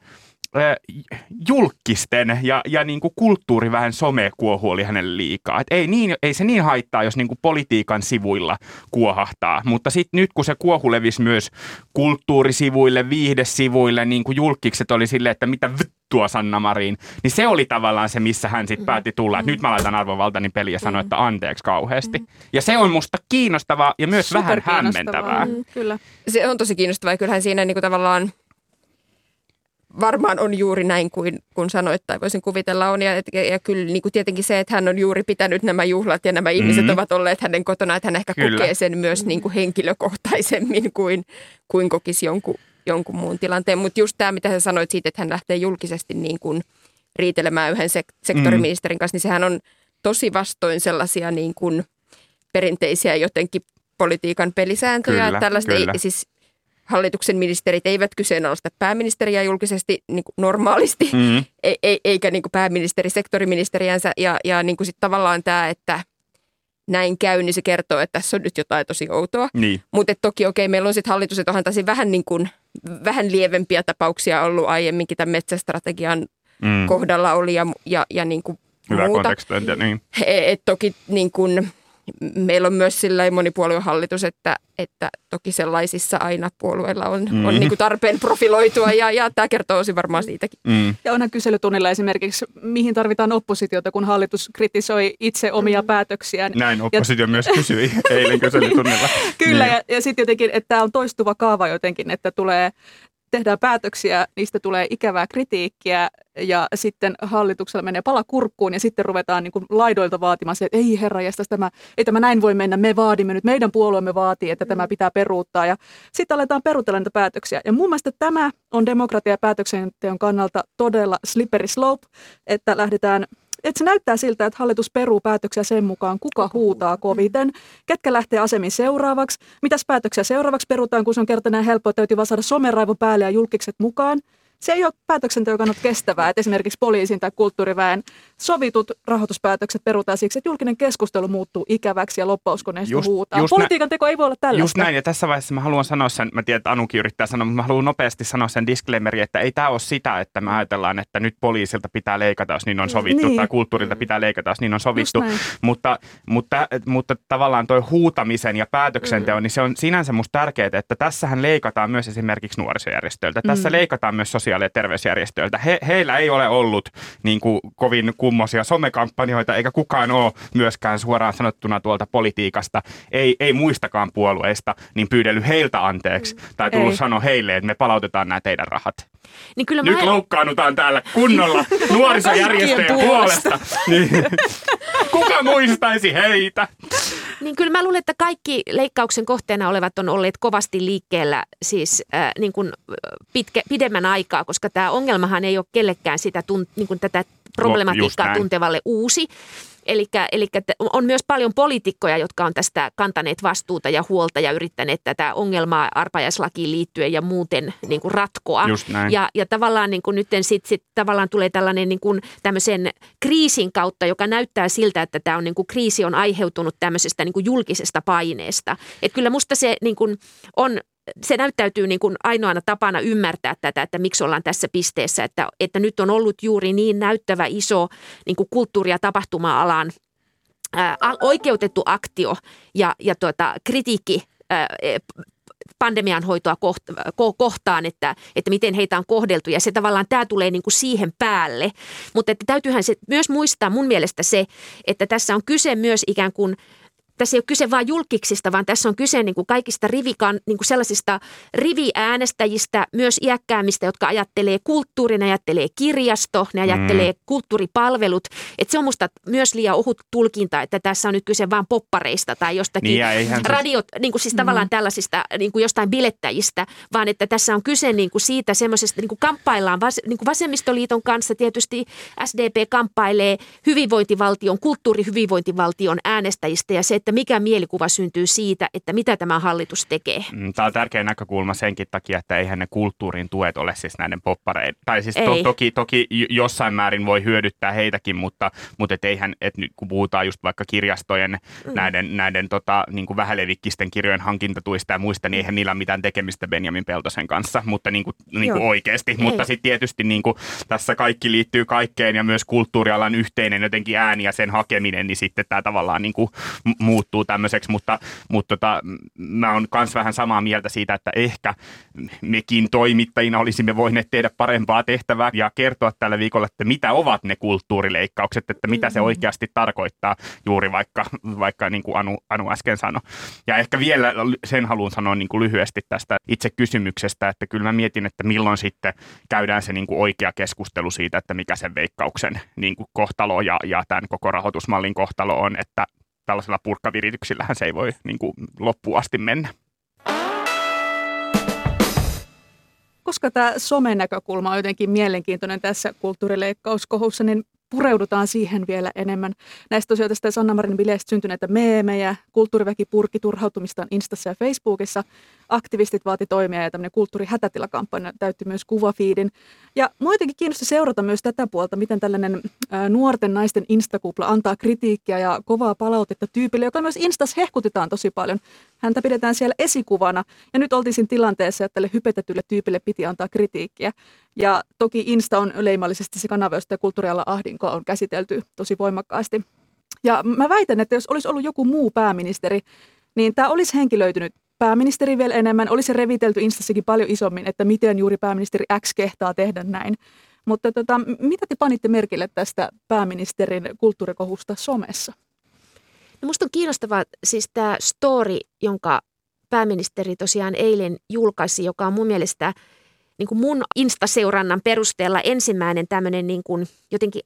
julkisten ja, ja niin kuin kulttuuri vähän somekuohu oli hänelle liikaa. Et ei, niin, ei se niin haittaa, jos niin kuin politiikan sivuilla kuohahtaa, mutta sitten nyt kun se kuohu levisi myös kulttuurisivuille, viihdesivuille, niin kuin julkikset oli silleen, että mitä vittua Sanna Marin, niin se oli tavallaan se, missä hän sitten päätti tulla, että nyt mä laitan arvovaltani peliin ja sanoin, että anteeksi kauheasti. Ja se on musta kiinnostavaa ja myös vähän hämmentävää.
Mm, kyllä.
Se on tosi kiinnostavaa ja kyllähän siinä niin kuin tavallaan varmaan on juuri näin kuin kun sanoit tai voisin kuvitella on. Ja, ja, ja kyllä niin kuin tietenkin se, että hän on juuri pitänyt nämä juhlat ja nämä ihmiset mm-hmm. ovat olleet hänen kotona, että hän ehkä kyllä. kokee sen myös niin kuin henkilökohtaisemmin kuin, kuin kokisi jonkun, jonkun muun tilanteen. Mutta just tämä, mitä sä sanoit siitä, että hän lähtee julkisesti niin kuin riitelemään yhden sek- sektoriministerin kanssa, niin sehän on tosi vastoin sellaisia niin kuin perinteisiä jotenkin politiikan pelisääntöjä.
Kyllä,
tällaista
kyllä.
Ei, siis hallituksen ministerit eivät kyseenalaista pääministeriä julkisesti niin kuin normaalisti, mm-hmm. e, e, eikä niin kuin pääministeri sektoriministeriänsä. Ja, ja niin kuin sit tavallaan tämä, että näin käy, niin se kertoo, että tässä on nyt jotain tosi outoa.
Niin.
Mutta toki okei, meillä on sitten hallitus, että onhan tosi vähän, niin kuin, vähän lievempiä tapauksia ollut aiemminkin tämän metsästrategian mm. kohdalla oli ja, ja, ja niin kuin
hyvä
muuta.
kontekstointi, niin.
Et, et toki niin kuin meillä on myös sillä monipuoluehallitus, että, että toki sellaisissa aina puolueilla on, mm. on niin kuin tarpeen profiloitua ja, ja tämä kertoo osin varmaan siitäkin.
Mm.
Ja onhan kyselytunnilla esimerkiksi, mihin tarvitaan oppositiota, kun hallitus kritisoi itse omia päätöksiään.
Näin oppositio ja myös kysyi eilen kyselytunnilla.
Kyllä,
niin.
ja, ja sitten jotenkin, että tämä on toistuva kaava jotenkin, että tulee... Tehdään päätöksiä, niistä tulee ikävää kritiikkiä ja sitten hallituksella menee pala kurkkuun ja sitten ruvetaan niin kuin laidoilta vaatimaan se, että ei herra jästäs, tämä, ei tämä näin voi mennä, me vaadimme nyt, meidän puolueemme vaatii, että tämä pitää peruuttaa ja sitten aletaan peruutella niitä päätöksiä. Ja mun mielestä tämä on demokratia- ja päätöksenteon kannalta todella slippery slope, että lähdetään että se näyttää siltä, että hallitus peruu päätöksiä sen mukaan, kuka huutaa koviten, ketkä lähtee asemiin seuraavaksi, mitäs päätöksiä seuraavaksi perutaan, kun se on kerta näin helppoa, että täytyy vaan saada someraivo päälle ja julkikset mukaan. Se ei ole päätöksenteon kannalta kestävää, että esimerkiksi poliisin tai kulttuuriväen sovitut rahoituspäätökset perutaan siksi, että julkinen keskustelu muuttuu ikäväksi ja loppauskoneisto just, huutaa. Just Politiikan teko ei voi olla tällaista.
Just näin, ja tässä vaiheessa mä haluan sanoa sen, mä tiedän, että Anukin yrittää sanoa, mutta mä haluan nopeasti sanoa sen disclaimerin, että ei tämä ole sitä, että me ajatellaan, että nyt poliisilta pitää leikata, jos niin on sovittu, niin. tai kulttuurilta pitää leikata, jos niin on sovittu. Mutta, mutta, mutta tavallaan toi huutamisen ja päätöksenteon, mm. niin se on sinänsä musta tärkeää, että tässähän leikataan myös esimerkiksi nuorisojärjestöiltä. Tässä mm. leikataan myös sosiaali- ja terveysjärjestöiltä. He, heillä ei ole ollut niin kuin, kovin kummoisia somekampanjoita, eikä kukaan ole myöskään suoraan sanottuna tuolta politiikasta, ei, ei muistakaan puolueista, niin pyydellyt heiltä anteeksi tai tullut sanoa heille, että me palautetaan nämä teidän rahat.
Niin kyllä
Nyt
mä...
loukkaannutaan täällä kunnolla nuorisojärjestöjen puolesta. Niin. Kuka muistaisi heitä?
Niin kyllä mä luulen, että kaikki leikkauksen kohteena olevat on olleet kovasti liikkeellä siis äh, niin kuin pitkä, pidemmän aikaa, koska tämä ongelmahan ei ole kellekään sitä tunt, niin kuin tätä problematiikkaa tuntevalle uusi. Elikkä, elikkä on myös paljon poliitikkoja, jotka on tästä kantaneet vastuuta ja huolta ja yrittäneet tätä ongelmaa arpajaislakiin liittyen ja muuten niin kuin ratkoa. Ja, ja tavallaan niin kuin nyt sitten sit, tavallaan tulee tällainen niin kuin tämmöisen kriisin kautta, joka näyttää siltä, että tämä on niin kuin kriisi on aiheutunut tämmöisestä niin kuin julkisesta paineesta. Että kyllä musta se niin kuin on... Se näyttäytyy niin kuin ainoana tapana ymmärtää tätä, että miksi ollaan tässä pisteessä, että, että nyt on ollut juuri niin näyttävä iso niin kuin kulttuuri- ja tapahtuma-alan ää, oikeutettu aktio ja, ja tuota, kritiikki ää, pandemian hoitoa kohtaan, että, että miten heitä on kohdeltu ja se tavallaan tämä tulee niin kuin siihen päälle. Mutta että täytyyhän se myös muistaa mun mielestä se, että tässä on kyse myös ikään kuin tässä ei ole kyse vain julkiksista, vaan tässä on kyse niin kuin kaikista rivikan, niin kuin sellaisista riviäänestäjistä, myös iäkkäämistä, jotka ajattelee kulttuurin, ajattelee kirjasto, ne ajattelee mm. kulttuuripalvelut. Että se on musta myös liian ohut tulkinta, että tässä on nyt kyse vain poppareista tai jostakin niin radiot, niin kuin siis mm. tavallaan tällaisista niin kuin jostain bilettäjistä, vaan että tässä on kyse niin kuin siitä semmoisesta, niin kuin kamppaillaan vas, niin kuin vasemmistoliiton kanssa. Tietysti S D P kamppailee hyvinvointivaltion, kulttuurihyvinvointivaltion äänestäjistä ja se, että mikä mielikuva syntyy siitä, että mitä tämä hallitus tekee. Tämä
on tärkeä näkökulma senkin takia, että eihän ne kulttuurin tuet ole siis näiden poppareiden. Tai siis to, toki, toki jossain määrin voi hyödyttää heitäkin, mutta, mutta et eihän, et nyt kun puhutaan just vaikka kirjastojen mm. näiden, näiden tota, niin kuin vähälevikkisten kirjojen hankintatuista ja muista, niin eihän niillä ole mitään tekemistä Benjamin Peltosen kanssa, mutta niin kuin, niin kuin oikeasti. Ei. Mutta sitten tietysti niin kuin, tässä kaikki liittyy kaikkeen ja myös kulttuurialan yhteinen jotenkin ääni ja sen hakeminen, niin sitten tämä tavallaan niin kuin muuttuu tämmöiseksi, mutta, mutta tota, mä oon myös vähän samaa mieltä siitä, että ehkä mekin toimittajina olisimme voineet tehdä parempaa tehtävää ja kertoa tällä viikolla, että mitä ovat ne kulttuurileikkaukset, että mitä se oikeasti tarkoittaa juuri vaikka, vaikka niin kuin Anu, Anu äsken sanoi. Ja ehkä vielä sen haluan sanoa niin kuin lyhyesti tästä itse kysymyksestä, että kyllä mä mietin, että milloin sitten käydään se niin kuin oikea keskustelu siitä, että mikä sen Veikkauksen niin kuin kohtalo ja, ja tämän koko rahoitusmallin kohtalo on, että tällaisella purkkavirityksillähän se ei voi niin kuin loppuun asti mennä.
Koska tämä somenäkökulma on jotenkin mielenkiintoinen tässä kulttuurileikkauskohussa, niin pureudutaan siihen vielä enemmän. Näistä tosiaan tästä Sanna Marinin bileistä syntyneitä meemejä, kulttuuriväki purki turhautumistaan Instassa ja Facebookissa, aktivistit vaati toimia ja tämmöinen kulttuurihätätilakampanja täytti myös kuvafiidin. Ja mua jotenkin kiinnosti seurata myös tätä puolta, miten tällainen ää, nuorten naisten Instakupla antaa kritiikkiä ja kovaa palautetta tyypille, joka myös Instassa hehkutetaan tosi paljon. Häntä pidetään siellä esikuvana ja nyt oltiin siinä tilanteessa, että tälle hypetetylle tyypille piti antaa kritiikkiä. Ja toki Insta on leimallisesti se kanava, josta kulttuurialan ahdinkoa on käsitelty tosi voimakkaasti. Ja mä väitän, että jos olisi ollut joku muu pääministeri, niin tämä olisi henkilöitynyt pääministeri vielä enemmän. Olisi revitelty Instassakin paljon isommin, että miten juuri pääministeri X kehtaa tehdä näin. Mutta tota, mitä te panitte merkille tästä pääministerin kulttuurikohusta somessa?
No musta on kiinnostavaa siis tämä story, jonka pääministeri tosiaan eilen julkaisi, joka on mun mielestä niin kuin mun Insta-seurannan perusteella ensimmäinen tämmöinen niin kuin jotenkin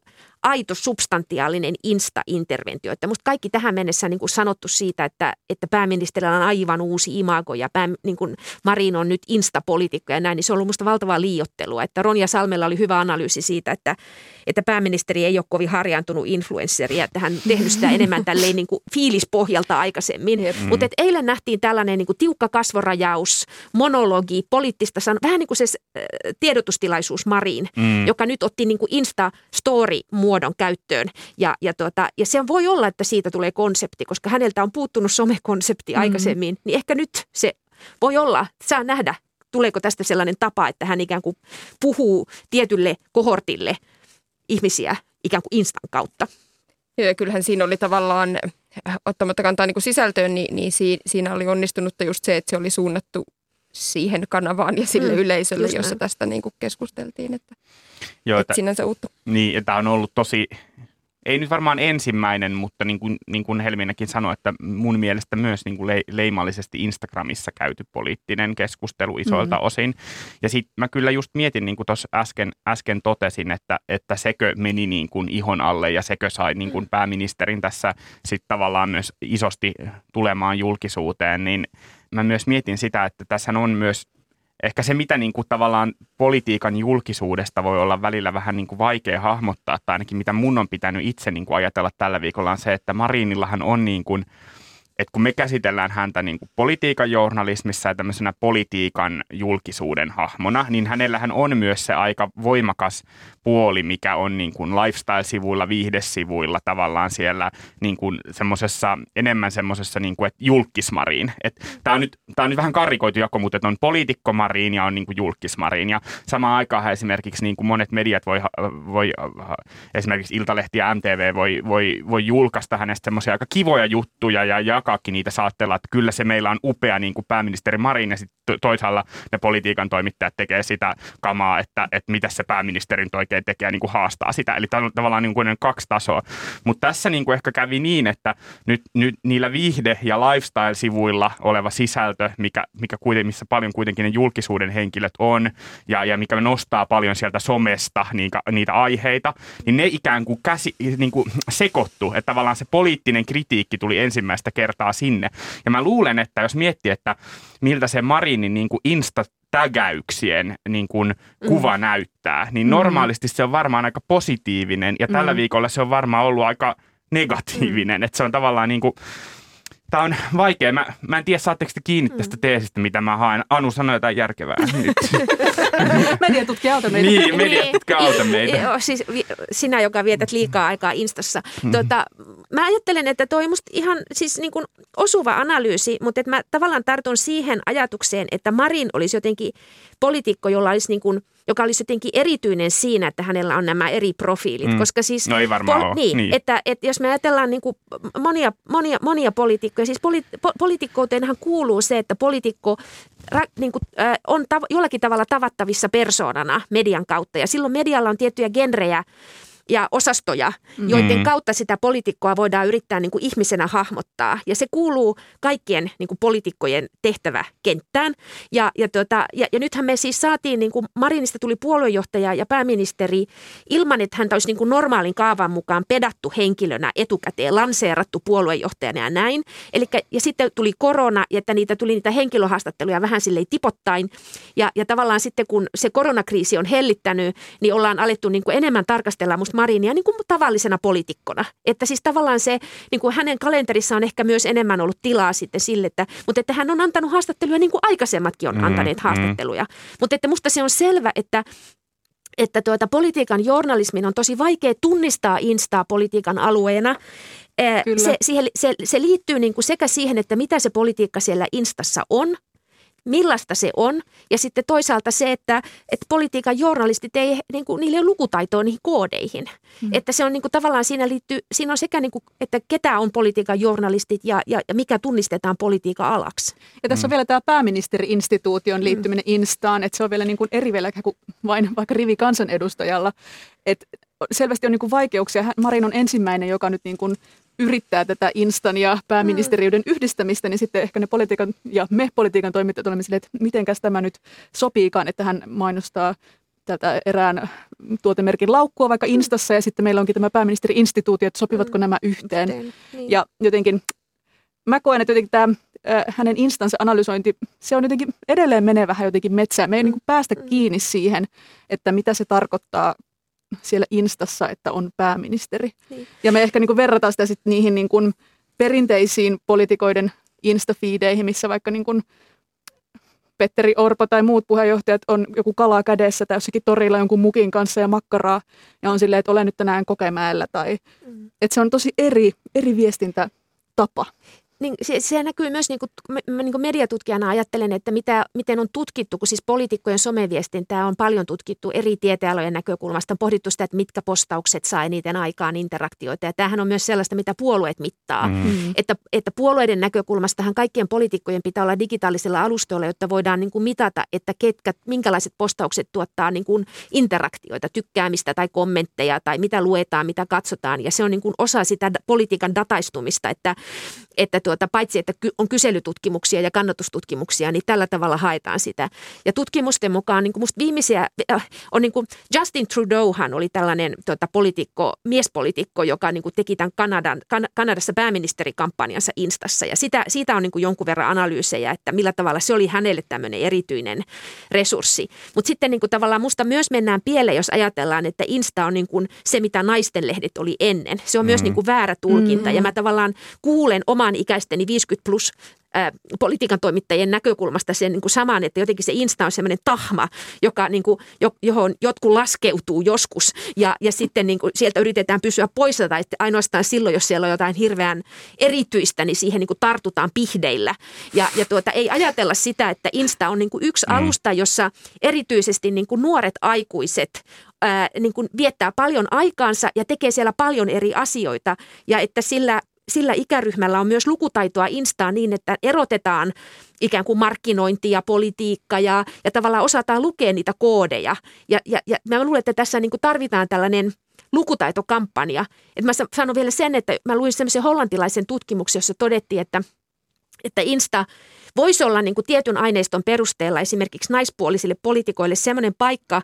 aito substantiaalinen insta-interventio. Että musta kaikki tähän mennessä on niin kuin sanottu siitä, että, että pääministerillä on aivan uusi imago ja pää, niin kuin Marin on nyt instapoliitikko ja näin, niin se on ollut musta valtavaa liioittelua. Että Ronja Salmella oli hyvä analyysi siitä, että, että pääministeri ei ole kovin harjaantunut influensseri, että hän on tehnyt sitä enemmän tälleen niin kuin fiilispohjalta aikaisemmin. Mm. Mutta eilen nähtiin tällainen niin kuin tiukka kasvorajaus, monologi, poliittista san- vähän niin kuin se äh, tiedotustilaisuus Marin, mm. joka nyt otti niin kuin Insta-story-muodon käyttöön. Ja, ja, tuota, ja se voi olla, että siitä tulee konsepti, koska häneltä on puuttunut somekonsepti mm. aikaisemmin. Niin ehkä nyt se voi olla, saa nähdä, tuleeko tästä sellainen tapa, että hän ikään kuin puhuu tietylle kohortille ihmisiä ikään kuin Instan kautta.
Joo, ja kyllähän siinä oli tavallaan, ottamatta kantaa niin kuin sisältöön, niin, niin siinä oli onnistunutta just se, että se oli suunnattu siihen kanavaan ja sille mm, yleisölle, jossa näin. Tästä niin kuin keskusteltiin, että,
Joo,
että sinänsä uutta.
Niin, että tämä on ollut tosi, ei nyt varmaan ensimmäinen, mutta niin kuin, niin kuin Helminäkin sanoi, että mun mielestä myös niin kuin le, leimallisesti Instagramissa käyty poliittinen keskustelu isoilta mm. osin. Ja sitten mä kyllä just mietin, niin kuin tuossa äsken, äsken totesin, että, että sekö meni niin kuin ihon alle ja sekö sai niin kuin pääministerin tässä sitten tavallaan myös isosti tulemaan julkisuuteen, niin mä myös mietin sitä, että tässä on myös ehkä se, mitä niin kuin tavallaan politiikan julkisuudesta voi olla välillä vähän niin kuin vaikea hahmottaa, tai ainakin mitä mun on pitänyt itse niin kuin ajatella tällä viikolla on se, että Marinillahan on niin kuin, että kun me käsitellään häntä niin kuin politiikan journalismissa ja tämmöisenä politiikan julkisuuden hahmona, niin hänellähän on myös se aika voimakas puoli, mikä on niin kuin lifestyle-sivuilla, viihdesivuilla tavallaan siellä niin kuin semmosessa, enemmän semmoisessa niin kuin, että julkismariin. Tämä on, on nyt vähän karrikoitu jako, mutta että on poliitikkomariin ja on niin kuin julkismariin. Ja samaan aikaan esimerkiksi niin kuin monet mediat voi, voi esimerkiksi Iltalehti ja M T V voi, voi, voi julkaista hänestä semmoisia aika kivoja juttuja ja jakaakin niitä saatteella, että kyllä se meillä on upea niin kuin pääministeri Marin ja sitten toisaalla ne politiikan toimittajat tekee sitä kamaa, että, että mitä se pääministerin oikein tekee ja niin kuin haastaa sitä. Eli tämä on tavallaan niin kuin kaksi tasoa. Mutta tässä niin kuin ehkä kävi niin, että nyt, nyt niillä viihde- ja lifestyle-sivuilla oleva sisältö, mikä, mikä kuiten, missä paljon kuitenkin ne julkisuuden henkilöt on ja, ja mikä nostaa paljon sieltä somesta niitä, niitä aiheita, niin ne ikään kuin, käsi, niin kuin sekoittu, että tavallaan se poliittinen kritiikki tuli ensimmäistä kertaa sinne. Ja mä luulen, että jos miettii, että miltä se Marinin niin kuin Insta-tägäyksien niin kuin kuva mm. näyttää, niin normaalisti se on varmaan aika positiivinen ja tällä mm. viikolla se on varmaan ollut aika negatiivinen. Mm. Että se on tavallaan niin kuin, tämä on vaikea. Mä, mä en tiedä, saatteko te kiinni tästä teesistä, mitä mä haen. Anu sanoi jotain järkevää nyt.
Mediatutkija auta meitä.
Niin, mediatutkija auta meitä.
Joo, siis sinä, joka vietät liikaa aikaa Instassa. Tuota, mä ajattelen, että toi musta ihan siis niin kuin osuva analyysi, mutta että mä tavallaan tartun siihen ajatukseen, että Marin olisi jotenkin poliitikko, jolla olisi niin kuin, joka olisi jotenkin erityinen siinä, että hänellä on nämä eri profiilit. Mm. Koska siis,
no ei varmaan
pol-
ole.
Niin,
niin.
Että, että jos me ajatellaan niin kuin monia, monia, monia poliitikkoja, siis poli, po, poliitikkouteenhan kuuluu se, että poliitikko ra, niin kuin, äh, on tav- jollakin tavalla tavattavissa persoonana median kautta. Ja silloin medialla on tiettyjä genrejä ja osastoja, joiden kautta sitä poliitikkoa voidaan yrittää niin kuin ihmisenä hahmottaa. Ja se kuuluu kaikkien niin kuin poliitikkojen tehtäväkenttään. Ja, ja, tuota, ja, ja nythän me siis saatiin, niin kuin Marinista tuli puoluejohtaja ja pääministeri ilman, että häntä olisi niin kuin normaalin kaavan mukaan pedattu henkilönä etukäteen, lanseerattu puoluejohtajana ja näin. Elikkä, ja sitten tuli korona, ja että niitä tuli niitä henkilöhaastatteluja vähän silleen tipottain. Ja, ja tavallaan sitten kun se koronakriisi on hellittänyt, niin ollaan alettu niin kuin enemmän tarkastella musta Marinia niin kuin tavallisena poliitikkona. Että siis tavallaan se, niin kuin hänen kalenterissa on ehkä myös enemmän ollut tilaa sitten sille, että, mutta että hän on antanut haastatteluja niin kuin aikaisemmatkin on antaneet mm, haastatteluja. Mm. Mutta että musta se on selvä, että että tuota, politiikan journalismin on tosi vaikea tunnistaa Instaa politiikan alueena. Se, siihen, se, se liittyy niin kuin sekä siihen, että mitä se politiikka siellä Instassa on, millaista se on, ja sitten toisaalta se, että, että politiikan journalistit ei, niin kuin, niillä ei ole lukutaitoa niihin koodeihin. Mm. Että se on niin kuin, tavallaan siinä liittyy, siinä on sekä niin kuin, että ketä on politiikan journalistit ja, ja, ja mikä tunnistetaan politiikan alaksi.
Ja tässä mm. on vielä tämä pääministeri-instituution liittyminen mm. Instaan, että se on vielä niin kuin eri vielä kuin vain vaikka rivi kansanedustajalla. Että selvästi on niin kuin vaikeuksia. Marin on ensimmäinen, joka nyt niin kuin yrittää tätä Instan ja pääministeriöiden mm. yhdistämistä, niin sitten ehkä ne politiikan ja me politiikan toimittajat olemme silleen, että mitenkäs tämä nyt sopiikaan, että hän mainostaa tätä erään tuotemerkin laukkua vaikka Instassa ja sitten meillä onkin tämä pääministeri-instituutio, että sopivatko mm. nämä yhteen. yhteen niin. Ja jotenkin mä koen, että jotenkin tämä äh, hänen Instansa analysointi, se on jotenkin edelleen menee vähän jotenkin metsään. Me ei mm. niin kuin päästä mm. kiinni siihen, että mitä se tarkoittaa siellä Instassa, että on pääministeri. Niin. Ja me ehkä niin kuin verrataan sitä sitten niihin niin kuin perinteisiin poliitikoiden Insta-feedeihin, missä vaikka niin kuin Petteri Orpo tai muut puheenjohtajat on joku kala kädessä tai jossakin torilla jonkun mukin kanssa ja makkaraa ja on silleen, että olen nyt tänään Kokemäellä. Tai, mm. että se on tosi eri, eri viestintätapa.
Niin, se, se näkyy myös, niin kuin, mä niin kuin mediatutkijana ajattelen, että mitä, miten on tutkittu, kun siis poliitikkojen someviestintää on paljon tutkittu eri tieteenalojen näkökulmasta. On pohdittu sitä, että mitkä postaukset saa eniten aikaan interaktioita. Ja tämähän on myös sellaista, mitä puolueet mittaa. Mm. Että, että puolueiden näkökulmastahan kaikkien poliitikkojen pitää olla digitaalisilla alustoilla, jotta voidaan niin kuin mitata, että ketkä, minkälaiset postaukset tuottaa niin kuin interaktioita, tykkäämistä tai kommentteja tai mitä luetaan, mitä katsotaan. Ja se on niin kuin osa sitä politiikan dataistumista, että, että Tuota, paitsi, että on kyselytutkimuksia ja kannatustutkimuksia, niin tällä tavalla haetaan sitä. Ja tutkimusten mukaan niin kuin musta viimeisiä on niin kuin Justin Trudeauhan oli tällainen tuota, poliitikko, miespoliitikko, joka niin kuin teki tämän Kanadan, kan, Kanadassa pääministerikampanjansa Instassa. Ja sitä, siitä on niin kuin jonkun verran analyysejä, että millä tavalla se oli hänelle tämmöinen erityinen resurssi. Mutta sitten niin kuin tavallaan musta myös mennään pieleen, jos ajatellaan, että Insta on niin kuin se, mitä naistenlehdet oli ennen. Se on mm. myös niin kuin väärä tulkinta. Mm. Ja mä tavallaan kuulen oman ikäisesti viisikymmentä plus ää, politiikan toimittajien näkökulmasta sen niin kuin saman, että jotenkin se Insta on sellainen tahma, joka, niin kuin, johon jotkut laskeutuu joskus ja, ja sitten niin kuin, sieltä yritetään pysyä poissa tai ainoastaan silloin, jos siellä on jotain hirveän erityistä, niin siihen niin kuin tartutaan pihdeillä. Ja, ja tuota, ei ajatella sitä, että Insta on niin kuin yksi mm. alusta, jossa erityisesti niin kuin nuoret aikuiset ää, niin kuin viettää paljon aikaansa ja tekee siellä paljon eri asioita ja että sillä Sillä ikäryhmällä on myös lukutaitoa Instaan niin, että erotetaan ikään kuin markkinointi ja politiikka ja, ja tavallaan osataan lukea niitä koodeja. Ja, ja, ja mä luulen, että tässä niin kuin tarvitaan tällainen lukutaitokampanja. Et mä sanon vielä sen, että mä luin semmoisen hollantilaisen tutkimuksen, jossa todettiin, että, että Insta voisi olla niin kuin tietyn aineiston perusteella esimerkiksi naispuolisille poliitikoille semmoinen paikka,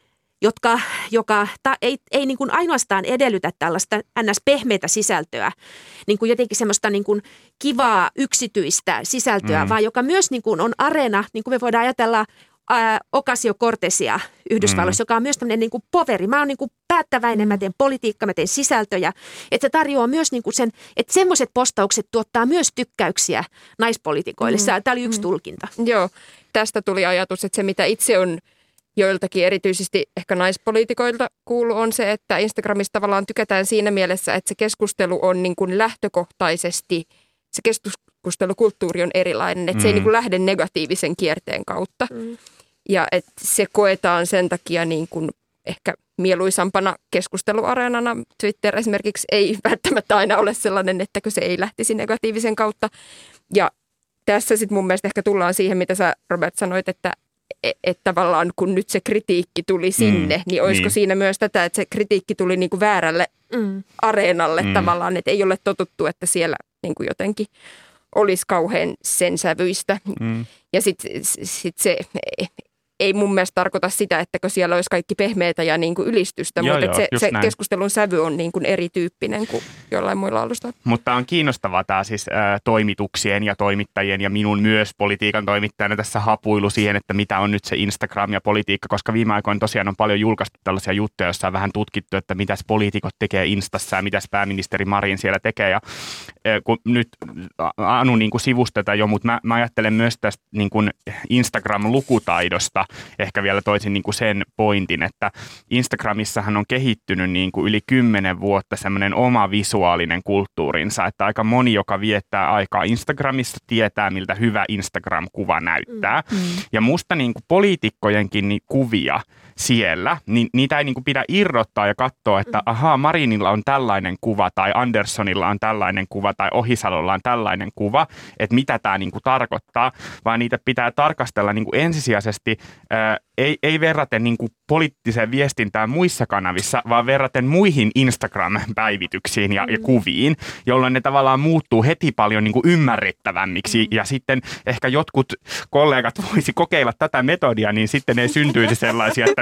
jotka, joka ta, ei, ei niin kuin ainoastaan edellytä tällaista ns-pehmeitä sisältöä, niin kuin jotenkin semmoista niin kuin kivaa yksityistä sisältöä, mm. vaan joka myös niin kuin on areena, niin kuin me voidaan ajatella ää, Ocasio-Cortezia Yhdysvalloissa, mm. joka on myös tämmöinen niin kuin poveri. Mä oon niin kuin päättäväinen, mä teen politiikkaa, mä teen sisältöjä. Että se tarjoaa myös niin kuin sen, että semmoiset postaukset tuottaa myös tykkäyksiä naispoliitikoille. Mm. Tämä oli yksi mm. tulkinta.
Joo, tästä tuli ajatus, että se mitä itse on joiltakin erityisesti ehkä naispoliitikoilta kuuluu on se, että Instagramissa tavallaan tykätään siinä mielessä, että se keskustelu on niin kuin lähtökohtaisesti, se keskustelukulttuuri on erilainen, että mm. se ei niin kuin lähde negatiivisen kierteen kautta. Mm. Ja että se koetaan sen takia niin kuin ehkä mieluisampana keskusteluareenana. Twitter esimerkiksi ei välttämättä aina ole sellainen, että se ei lähtisi negatiivisen kautta. Ja tässä sitten mun mielestä ehkä tullaan siihen, mitä sä Robert sanoit, että että tavallaan kun nyt se kritiikki tuli sinne, mm, niin olisiko niin. siinä myös tätä, että se kritiikki tuli niin kuin väärälle mm. areenalle mm. tavallaan, että ei ole totuttu, että siellä niin kuin jotenkin olisi kauhean sen sävyistä. Mm. Ja sitten sit se ei mun mielestä tarkoita sitä, että siellä olisi kaikki pehmeitä ja niin kuin ylistystä, joo, mutta joo, se, se keskustelun sävy on niin kuin erityyppinen kuin jollain muilla alustoilla.
Mutta on kiinnostavaa tämä siis ä, toimituksien ja toimittajien ja minun myös politiikan toimittajana tässä hapuilu siihen, että mitä on nyt se Instagram ja politiikka, koska viime aikoina tosiaan on paljon julkaistu tällaisia juttuja, joissa on vähän tutkittu, että mitäs poliitikot tekee Instassa ja mitäs pääministeri Marin siellä tekee. Ja ä, kun nyt Anu niin kuin sivusi tätä jo, mutta mä, mä ajattelen myös tästä niin kuin Instagram-lukutaidosta, ehkä vielä toisin niin kuin sen pointin, että Instagramissahan on kehittynyt niin kuin yli kymmenen vuotta semmoinen oma visuaalinen kulttuurinsa, että aika moni, joka viettää aikaa Instagramissa, tietää, miltä hyvä Instagram-kuva näyttää. Mm. Ja musta niin kuin poliitikkojenkin niin kuvia siellä, niin niitä ei niin kuin pidä irrottaa ja katsoa, että ahaa, Marinilla on tällainen kuva, tai Anderssonilla on tällainen kuva, tai Ohisalolla on tällainen kuva, että mitä tämä niin kuin tarkoittaa, vaan niitä pitää tarkastella niin kuin ensisijaisesti ää, ei, ei verraten niin kuin poliittiseen viestintään muissa kanavissa, vaan verraten muihin Instagram-päivityksiin ja, mm. ja kuviin, jolloin ne tavallaan muuttuu heti paljon niin kuin ymmärrettävämmiksi. Mm. Ja sitten ehkä jotkut kollegat voisi kokeilla tätä metodia, niin sitten ei syntyisi sellaisia, että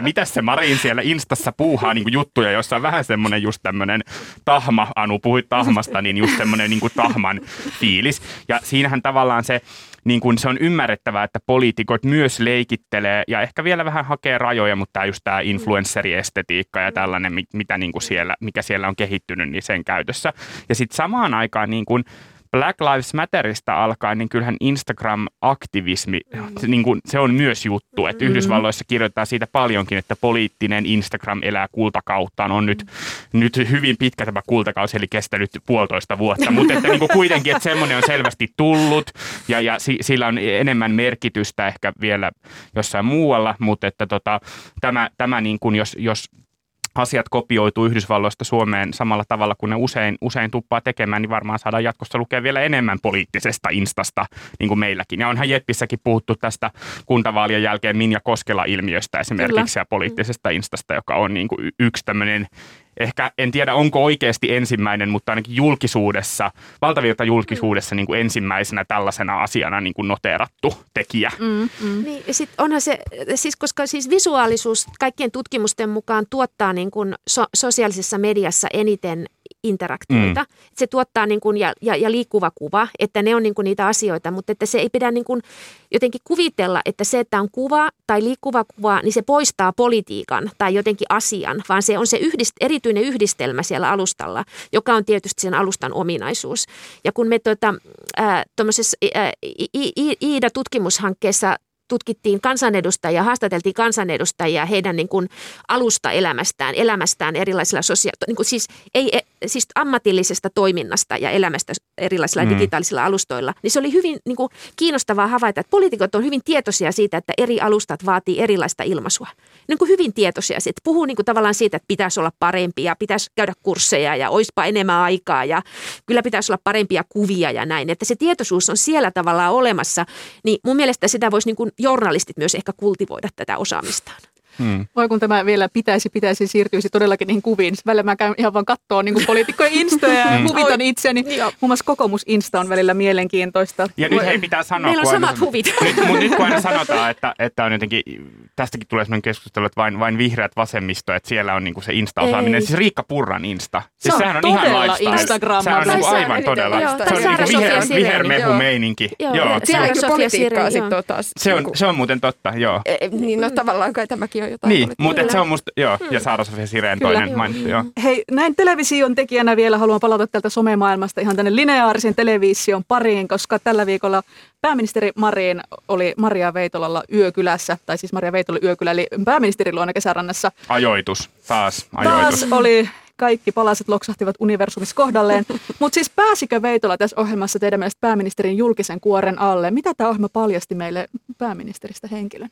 mitäs se Marin siellä Instassa puuhaa niin kuin juttuja, jossa on vähän semmoinen just tämmöinen tahma, Anu puhuit tahmasta, niin just semmoinen niin kuin tahman fiilis. Ja siinähän tavallaan se, niin kuin se on ymmärrettävää, että poliitikot myös leikittelee ja ehkä vielä vähän hakee rajoja, mutta tämä just tämä influenssariestetiikka ja tällainen, mitä niin kuin siellä, mikä siellä on kehittynyt, niin sen käytössä. Ja sitten samaan aikaan niin kuin Black Lives Matterista alkaen, niin kyllähän Instagram-aktivismi, mm. se, niin kuin, se on myös juttu. Että mm. Yhdysvalloissa kirjoitetaan siitä paljonkin, että poliittinen Instagram elää kultakauttaan. On nyt, mm. nyt hyvin pitkä tämä kultakausi, eli kestänyt puolitoista vuotta. Mutta että niin kuin kuitenkin, että semmoinen on selvästi tullut ja, ja si, sillä on enemmän merkitystä ehkä vielä jossain muualla. Mutta että tota, tämä, tämä niin kuin jos... jos asiat kopioituu Yhdysvalloista Suomeen samalla tavalla kuin ne usein, usein tuppaa tekemään, niin varmaan saadaan jatkossa lukea vielä enemmän poliittisesta instasta, niin kuin meilläkin. Ja onhan Jeppissäkin puhuttu tästä kuntavaalien jälkeen Minja Koskela-ilmiöstä esimerkiksi Kyllä. ja poliittisesta instasta, joka on niin kuin yksi tämmöinen, ehkä en tiedä onko oikeasti ensimmäinen, mutta ainakin julkisuudessa, valtavirta julkisuudessa niin kuin ensimmäisenä tällaisena asiana niin kuin noteerattu tekijä. Mm,
mm. Niin, ja sit onhan se, siis koska siis visuaalisuus kaikkien tutkimusten mukaan tuottaa niin kuin so, sosiaalisessa mediassa eniten interaktioita. Mm. Se tuottaa niin kuin, ja, ja, ja liikkuva kuva, että ne on niin kuin niitä asioita, mutta että se ei pidä niin kuin jotenkin kuvitella, että se, että on kuva tai liikkuva kuva, niin se poistaa politiikan tai jotenkin asian, vaan se on se yhdist, erityinen yhdistelmä siellä alustalla, joka on tietysti sen alustan ominaisuus. Ja kun me tuota, ää, tuommoisessa ää, Iida-tutkimushankkeessa tutkittiin kansanedustajia, haastateltiin kansanedustajia heidän niin kuin alusta elämästään, elämästään erilaisilla sosia- niin kuin siis, ei, siis ammatillisesta toiminnasta ja elämästä erilaisilla mm. digitaalisilla alustoilla. Niin se oli hyvin niin kuin kiinnostavaa havaita, että poliitikot on hyvin tietoisia siitä, että eri alustat vaatii erilaista ilmaisua. Niin kuin hyvin tietoisia siitä. Puhuu niin kuin tavallaan siitä, että pitäisi olla parempi ja pitäisi käydä kursseja ja oispa enemmän aikaa ja kyllä pitäisi olla parempia kuvia ja näin. Että se tietoisuus on siellä tavallaan olemassa, niin mun mielestä sitä voisi niin kuin journalistit myös ehkä kultivoida tätä osaamistaan.
Hmm. Voi kun tämä vielä pitäisi, pitäisi siirtyisi todellakin niihin kuviin. Välillä mä käyn ihan vaan katsoa niin poliitikkojen instoja ja hmm. kuvitan itseni. Muun muassa kokoomusinsta on välillä mielenkiintoista.
Ja nyt ei pitää sanoa.
Meillä on samat aina, huvit.
Nyt, mutta nyt kun aina sanotaan, että, että on jotenkin, tästäkin tulee sellainen keskustelu, että vain, vain vihreät vasemmisto, että siellä on niinku se insta-osaaminen. Ei. Siis Riikka Purran insta. Siis
se
sehän
on ihan lifestyle. Instagram.
Sehän on niinku aivan todella.
Joo,
se on niinku viher, vihermehumeininki.
Joo. Joo. Siellä on politiikkaa sitten taas.
Se on, se on muuten totta, joo.
E, niin no tavallaan kai tämäkin on jotain.
Niin, mutta se on musta, joo, ja Saara-Sofia Sireen toinen mainittu, joo.
Hei, näin television tekijänä vielä haluan palata tältä somemaailmasta ihan tänne lineaarisen television pariin, koska tällä viikolla pääministeri Marin oli Maria Veitolalla Yökylässä, tai siis Maria Veitola Yökylä, eli pääministerin luona Kesärannassa.
Ajoitus, taas ajoitus.
Taas oli, kaikki palaset loksahtivat universumissa kohdalleen. Mutta siis pääsikö Veitola tässä ohjelmassa teidän mielestä pääministerin julkisen kuoren alle? Mitä tämä ohjelma paljasti meille pääministeristä henkilönä?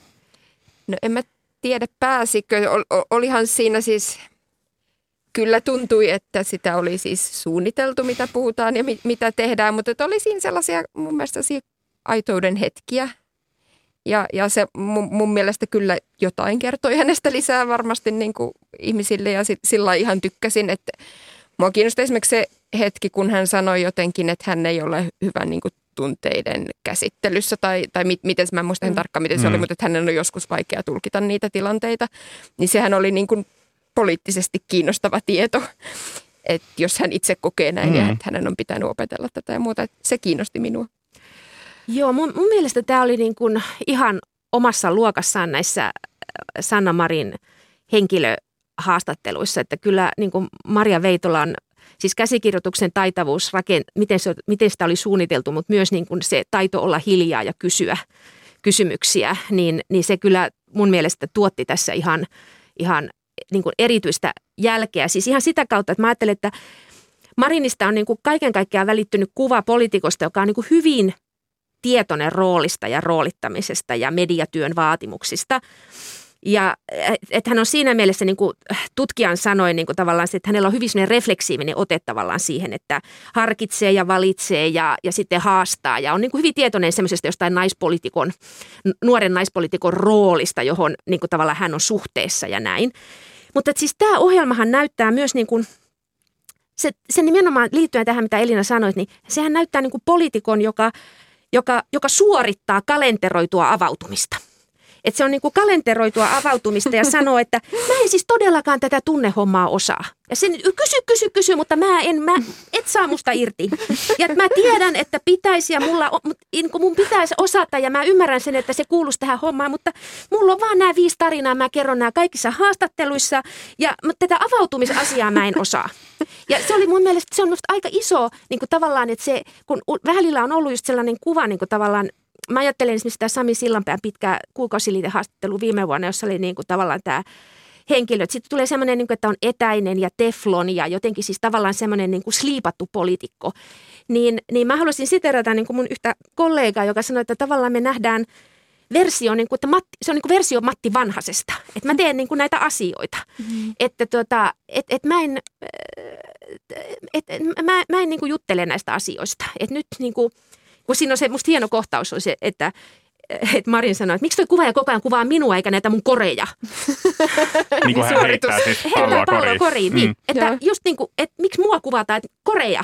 No en mä tiedä pääsikö. Olihan siinä siis, kyllä tuntui, että sitä oli siis suunniteltu, mitä puhutaan ja mi- mitä tehdään, mutta oli siinä sellaisia mun mielestä aitouden hetkiä. Ja, ja se mun, mun mielestä kyllä jotain kertoi hänestä lisää varmasti niin kuin ihmisille ja sit, sillä ihan tykkäsin, että mua kiinnosti esimerkiksi se hetki, kun hän sanoi jotenkin, että hän ei ole hyvä niin kuin tunteiden käsittelyssä tai, tai mit, miten, mä en muista mm. tarkkaan miten se mm. oli, mutta että hänen on joskus vaikea tulkita niitä tilanteita, niin sehän oli niin kuin poliittisesti kiinnostava tieto, että jos hän itse kokee näin mm. ja että hänen on pitänyt opetella tätä ja muuta, että se kiinnosti minua.
Joo, mun, mun mielestä tämä oli niin kuin ihan omassa luokassaan näissä Sanna Marin henkilöhaastatteluissa, että kyllä niin kuin Maria Veitolan siis käsikirjoituksen taitavuus, miten, se, miten sitä oli suunniteltu, mutta myös niin kuin se taito olla hiljaa ja kysyä kysymyksiä, niin, niin se kyllä mun mielestä tuotti tässä ihan, ihan niin kuin erityistä jälkeä. Siis ihan sitä kautta, että mä ajattelen, että Marinista on niin kuin kaiken kaikkiaan välittynyt kuva poliitikosta, joka on niin kuin hyvin tietoinen roolista ja roolittamisesta ja mediatyön vaatimuksista. Ja että hän on siinä mielessä, niin kuin tutkijan sanoi, niin kuin tavallaan, että hänellä on hyvin sellainen refleksiivinen ote tavallaan siihen, että harkitsee ja valitsee ja, ja sitten haastaa. Ja on niin kuin hyvin tietoinen semmoisesta jostain naispoliitikon, nuoren naispoliitikon roolista, johon niin kuin tavallaan hän on suhteessa ja näin. Mutta siis tämä ohjelmahan näyttää myös, niin kuin, se, se nimenomaan liittyen tähän, mitä Elina sanoit, niin sehän näyttää niin kuin poliitikon, joka, joka, joka suorittaa kalenteroitua avautumista. Että se on niin kuin kalenteroitua avautumista ja sanoo, että mä en siis todellakaan tätä tunnehommaa osaa. Ja sen kysy, kysy, kysy, mutta mä en, mä, et saa musta irti. Ja mä tiedän, että pitäisi ja mulla, mun pitäisi osata ja mä ymmärrän sen, että se kuuluisi tähän hommaan, mutta mulla on vaan nämä viisi tarinaa, mä kerron nämä kaikissa haastatteluissa ja tätä avautumisasiaa mä en osaa. Ja se oli mun mielestä, se on musta aika iso niin kuin tavallaan, että se, kun välillä on ollut just sellainen kuva niin kuin tavallaan, mä ajattelen esimerkiksi sitä Sami Sillanpään pitkää kuukausiliite haastattelu viime vuonna, jossa oli niin kuin tavallaan tämä henkilö. Sitten tulee semmoinen, niin kuin, että on etäinen ja teflon ja jotenkin siis tavallaan semmoinen niin kuin sliipattu poliitikko. Niin, niin mä haluaisin siterata niin kuin mun yhtä kollegaa, joka sanoi, että tavallaan me nähdään versio, niin kuin, että Matti, se on niin kuin versio Matti Vanhasesta. Että mä teen niin kuin näitä asioita. Mm-hmm. Että tota, et, et mä en, et, et, mä, mä en niin kuin juttele näistä asioista. Että nyt niin kuin, kun siinä on se, musta hieno kohtaus on se, että että Marin sanoi, että miksi toi kuvaaja koko ajan kuvaa minua eikä näitä mun koreja.
Niin kuin hän heittää siis palloa
heittää palloa
koriin.
koriin. Niin, että just niin kuin, että miksi mua kuvataan, että koreja.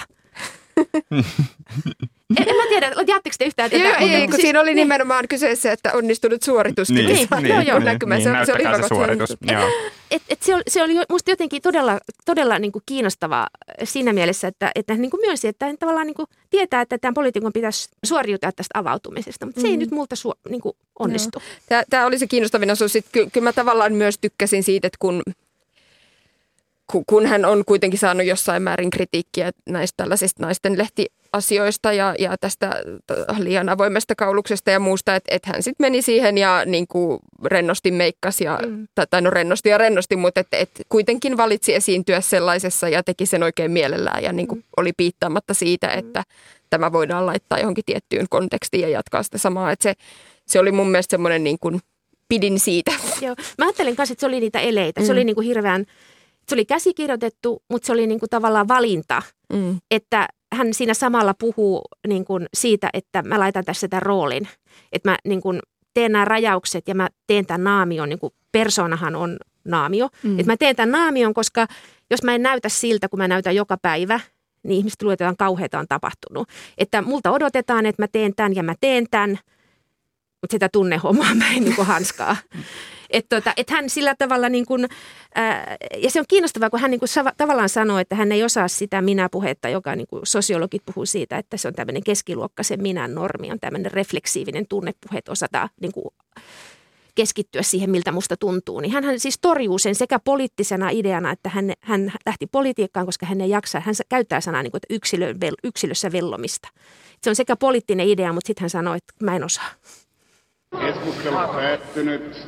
en, en mä tiedä, jaatteko te yhtään tätä?
Joo, ei, kun siis, siinä oli nimenomaan kyseessä, että onnistunut suorituskin.
Niin,
niin,
niin,
joo, joo,
niin,
näkymä.
niin,
se, se oli hyvä
se suoritus.
Et, et se, oli, se oli musta jotenkin todella, todella niin kuin kiinnostavaa siinä mielessä, että, että hän niin kuin myönsi, että hän tavallaan niin kuin tietää, että tämän poliitikon pitäisi suoriutua tästä avautumisesta, mutta se ei mm. nyt multa su, niin kuin onnistu.
Tämä, tämä oli se kiinnostavin osuus. Ky, kyllä mä tavallaan myös tykkäsin siitä, että kun, kun hän on kuitenkin saanut jossain määrin kritiikkiä näistä tällaisista naisten lehtiasioista ja, ja tästä liian avoimesta kauluksesta ja muusta, että, että hän sitten meni siihen ja niin kuin rennosti meikkasi, ja, mm. tai no rennosti ja rennosti, mutta että, että kuitenkin valitsi esiintyä sellaisessa ja teki sen oikein mielellään ja niin kuin mm. oli piittaamatta siitä, että mm. tämä voidaan laittaa johonkin tiettyyn kontekstiin ja jatkaa sitä samaa. Että se, se oli mun mielestä semmoinen, niin kuin pidin siitä.
Joo, mä ajattelin kanssa, että se oli niitä eleitä. Mm. Se oli niin kuin hirveän... Se oli käsikirjoitettu, mutta se oli niin kuin tavallaan valinta, mm. että hän siinä samalla puhuu niin kuin siitä, että mä laitan tässä tämän roolin. Että mä niin kuin teen nämä rajaukset ja mä teen tämän naamion, niin kuin persoonahan on naamio. Mm. Että mä teen tämän naamion, koska jos mä en näytä siltä, kun mä näytän joka päivä, niin ihmiset luulevat, että kauheata on tapahtunut. Että multa odotetaan, että mä teen tämän ja mä teen tämän, mutta sitä tunnehommaa mä en niin kuin hanskaa. Että tota, et hän sillä tavalla, niin kuin, ää, ja se on kiinnostavaa, kun hän niin kuin sa- tavallaan sanoo, että hän ei osaa sitä minä-puhetta, joka niin kuin sosiologit puhuu siitä, että se on tämmöinen keskiluokkaisen minän-normi, on tämmöinen refleksiivinen tunnepuhe, että osataan niin kuin keskittyä siihen, miltä musta tuntuu. Niin hän siis torjuu sen sekä poliittisena ideana, että hän, hän lähti politiikkaan, koska hän ei jaksa. Hän käyttää sanaa niin kuin, että yksilö, yksilössä vellomista. Se on sekä poliittinen idea, mutta sitten hän sanoo, että mä en osaa.
Keskustelu päättynyt.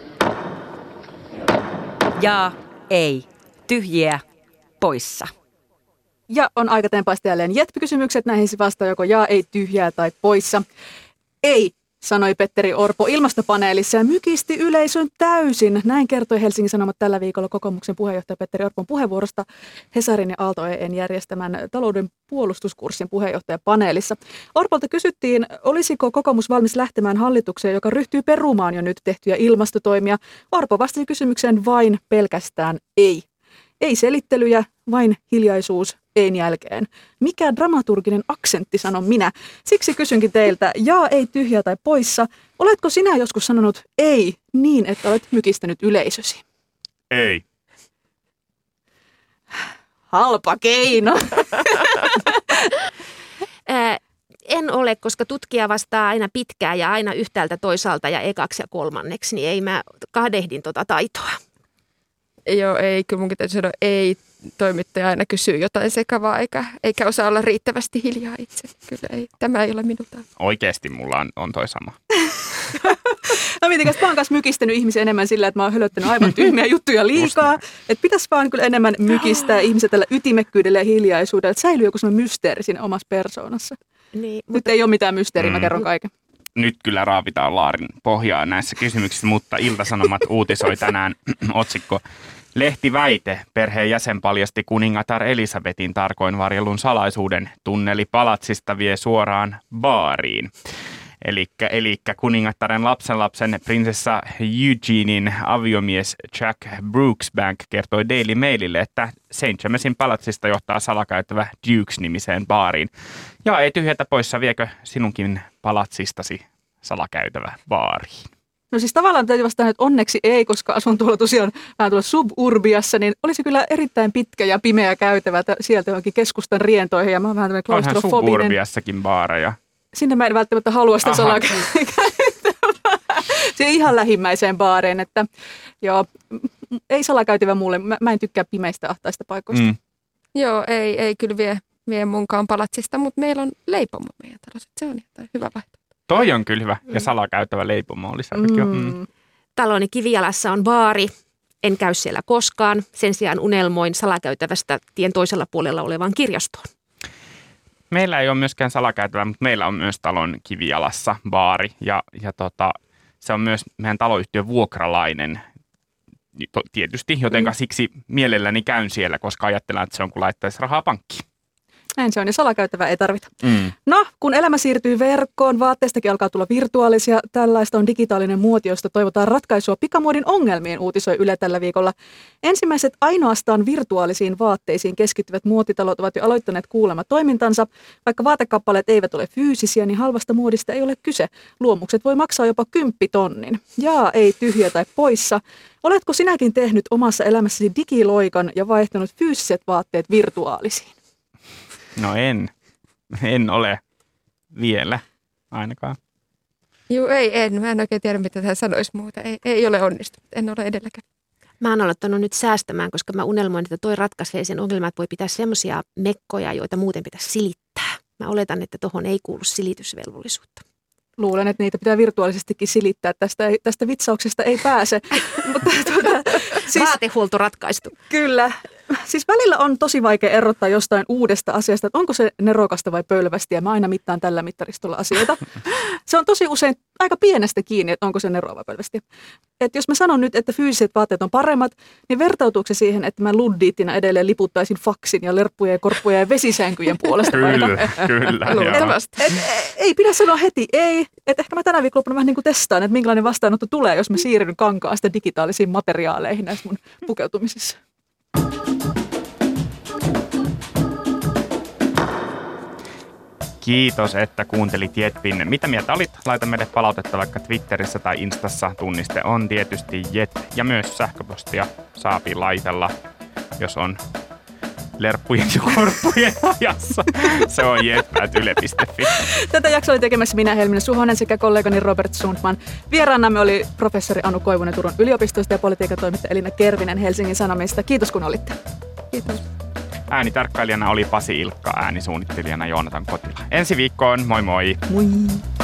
Jaa, ei, tyhjiä, poissa.
Ja on aika tempaista jälleen jetpykysymykset. Näihin se vastaa joko jaa, ei, tyhjää tai poissa. Ei, sanoi Petteri Orpo ilmastopaneelissa ja mykisti yleisön täysin. Näin kertoi Helsingin Sanomat tällä viikolla kokoomuksen puheenjohtaja Petteri Orpon puheenvuorosta Hesarin ja Aalto E N järjestämän talouden puolustuskurssin puheenjohtajapaneelissa. Orpolta kysyttiin, olisiko kokoomus valmis lähtemään hallitukseen, joka ryhtyy perumaan jo nyt tehtyjä ilmastotoimia. Orpo vastasi kysymykseen vain pelkästään ei. Ei selittelyjä, vain hiljaisuus ein jälkeen. Mikä dramaturginen aksentti, sanon minä. Siksi kysynkin teiltä, jaa, ei, tyhjää tai poissa. Oletko sinä joskus sanonut ei niin, että olet mykistänyt yleisösi?
Ei.
Halpa keino.
En ole, koska tutkija vastaa aina pitkään ja aina yhtäältä toisaalta ja ekaksi ja kolmanneksi, niin ei mä kadehdin tota taitoa.
Joo, ei, kyllä munkin täytyy sanoa, ei. Toimittaja aina kysyy jotain sekavaa, eikä, eikä osaa olla riittävästi hiljaa itse. Kyllä ei, tämä ei ole minulta.
Oikeasti mulla on, on toi sama.
No mitenkäs, mä oon kanssa mykistänyt ihmisiä enemmän sillä, että mä oon hölöttänyt aivan tyhmiä juttuja liikaa. Että pitäisi vaan kyllä enemmän mykistää ihmisiä tällä ytimekkyydellä ja hiljaisuudella. Että säilyy joku semmoinen mysteeri siinä omassa persoonassa.
Niin,
Nyt mutta... ei ole mitään mysteeriä, mä kerron kaiken.
Nyt kyllä raavitaan laarin pohjaa näissä kysymyksissä, mutta Ilta-Sanomat uutisoi tänään otsikko Lehtiväite. Perheen jäsen paljasti kuningatar Elisabetin tarkoin varjelun salaisuuden. Tunneli palatsista vie suoraan baariin. Elikkä, elikkä kuningattaren lapsenlapsen prinsessa Eugenein aviomies Jack Brooksbank kertoi Daily Mailille, että Saint Jamesin palatsista johtaa salakäytävä Dukes-nimiseen baariin. Ja ei tyhjätä poissa, viekö sinunkin palatsistasi salakäytävä baariin?
No siis tavallaan täytyy vastata, että onneksi ei, koska asun tuolla tosiaan vähän tuolla suburbiassa, niin olisi kyllä erittäin pitkä ja pimeä käytävä sieltä johonkin keskustan rientoihin. Ja mä oon vähän tämmöinen klaustrofobinen.
Onhan suburbiassakin baareja.
Sinne mä en välttämättä halua sitä salakäyttävää. Se ihan lähimmäiseen baareen, että joo, ei salakäytävä mulle. Mä, mä en tykkää pimeistä ahtaista paikoista. Mm.
Joo, ei, ei kyllä vie, vie munkaan palatsista, mutta meillä on leipomo meidän talossa. Se on ihan hyvä vaihtoehto.
Toi on kyllä hyvä. Ja salakäytävä leipomo oli mm. mm.
Taloni Kivijalassa on baari. En käy siellä koskaan. Sen sijaan unelmoin salakäytävästä tien toisella puolella olevaan kirjastoon.
Meillä ei ole myöskään salakäytävä, mutta meillä on myös talon Kivijalassa baari. Ja, ja tota, se on myös meidän taloyhtiön vuokralainen tietysti, jotenka mm. siksi mielelläni käyn siellä, koska ajattelen, että se on kuin laittaisi rahaa pankkiin.
Näin se on, ja salakäytävää ei tarvita.
Mm.
No, kun elämä siirtyy verkkoon, vaatteistakin alkaa tulla virtuaalisia. Tällaista on digitaalinen muoti, josta toivotaan ratkaisua pikamuodin ongelmiin, uutisoi Yle tällä viikolla. Ensimmäiset ainoastaan virtuaalisiin vaatteisiin keskittyvät muotitalot ovat jo aloittaneet kuulemma toimintansa. Vaikka vaatekappaleet eivät ole fyysisiä, niin halvasta muodista ei ole kyse. Luomukset voi maksaa jopa kymppitonnin. Jaa, ei tyhjä tai poissa. Oletko sinäkin tehnyt omassa elämässäsi digiloikan ja vaihtanut fyysiset vaatteet virtuaalisiin?
No en. En ole vielä ainakaan.
Joo, ei, en. Mä en oikein tiedä, mitä tähän sanoisi muuta. Ei, ei ole onnistunut. En ole edelläkään.
Mä oon aloittanut nyt säästämään, koska mä unelmoin, että toi ratkaisee sen ongelman, että voi pitää semmoisia mekkoja, joita muuten pitäisi silittää. Mä oletan, että tohon ei kuulu silitysvelvollisuutta.
Luulen, että niitä pitää virtuaalisestikin silittää. Tästä, ei, tästä vitsauksesta ei pääse. Mutta, tuota,
siis, vaatehuolto ratkaistu.
Kyllä. Siis välillä on tosi vaikea erottaa jostain uudesta asiasta, että onko se nerokasta vai pölvästiä. Mä aina mittaan tällä mittaristolla asioita. Se on tosi usein aika pienestä kiinni, että onko se neroa vai pölvästiä. Et jos mä sanon nyt, että fyysiset vaatteet on paremmat, niin vertautuuko se siihen, että mä luddiittina edelleen liputtaisin faksin ja lerppujen ja korppujen ja vesisänkyjen puolesta?
Kyllä, kyllä.
Et, et, ei pidä sanoa heti ei. Et ehkä mä tänä viikonloppuna vähän niin kuin testaan, että minkälainen vastaanotto tulee, jos mä siirryn kankaasta digitaalisiin materiaaleihin näissä mun pukeutumisissa.
Kiitos, että kuuntelit Jetpin. Mitä mieltä olit? Laita meille palautetta vaikka Twitterissä tai Instassa. Tunniste on tietysti Jet. Ja myös sähköpostia saapii laitella, jos on lerppujen ja korppujen ajassa. Se on jet ät yle piste fi.
Tätä jaksoa oli tekemässä minä, Helminen Suhonen, sekä kollegani Robert Sundman. Vieraanamme oli professori Anu Koivunen Turun yliopistosta ja politiikan toimittaja Elina Kervinen Helsingin Sanomista. Kiitos kun olitte.
Kiitos.
Äänitarkkailijana oli Pasi Ilkka, äänisuunnittelijana Joonatan Kotila. Ensi viikkoon, moi moi!
Moi!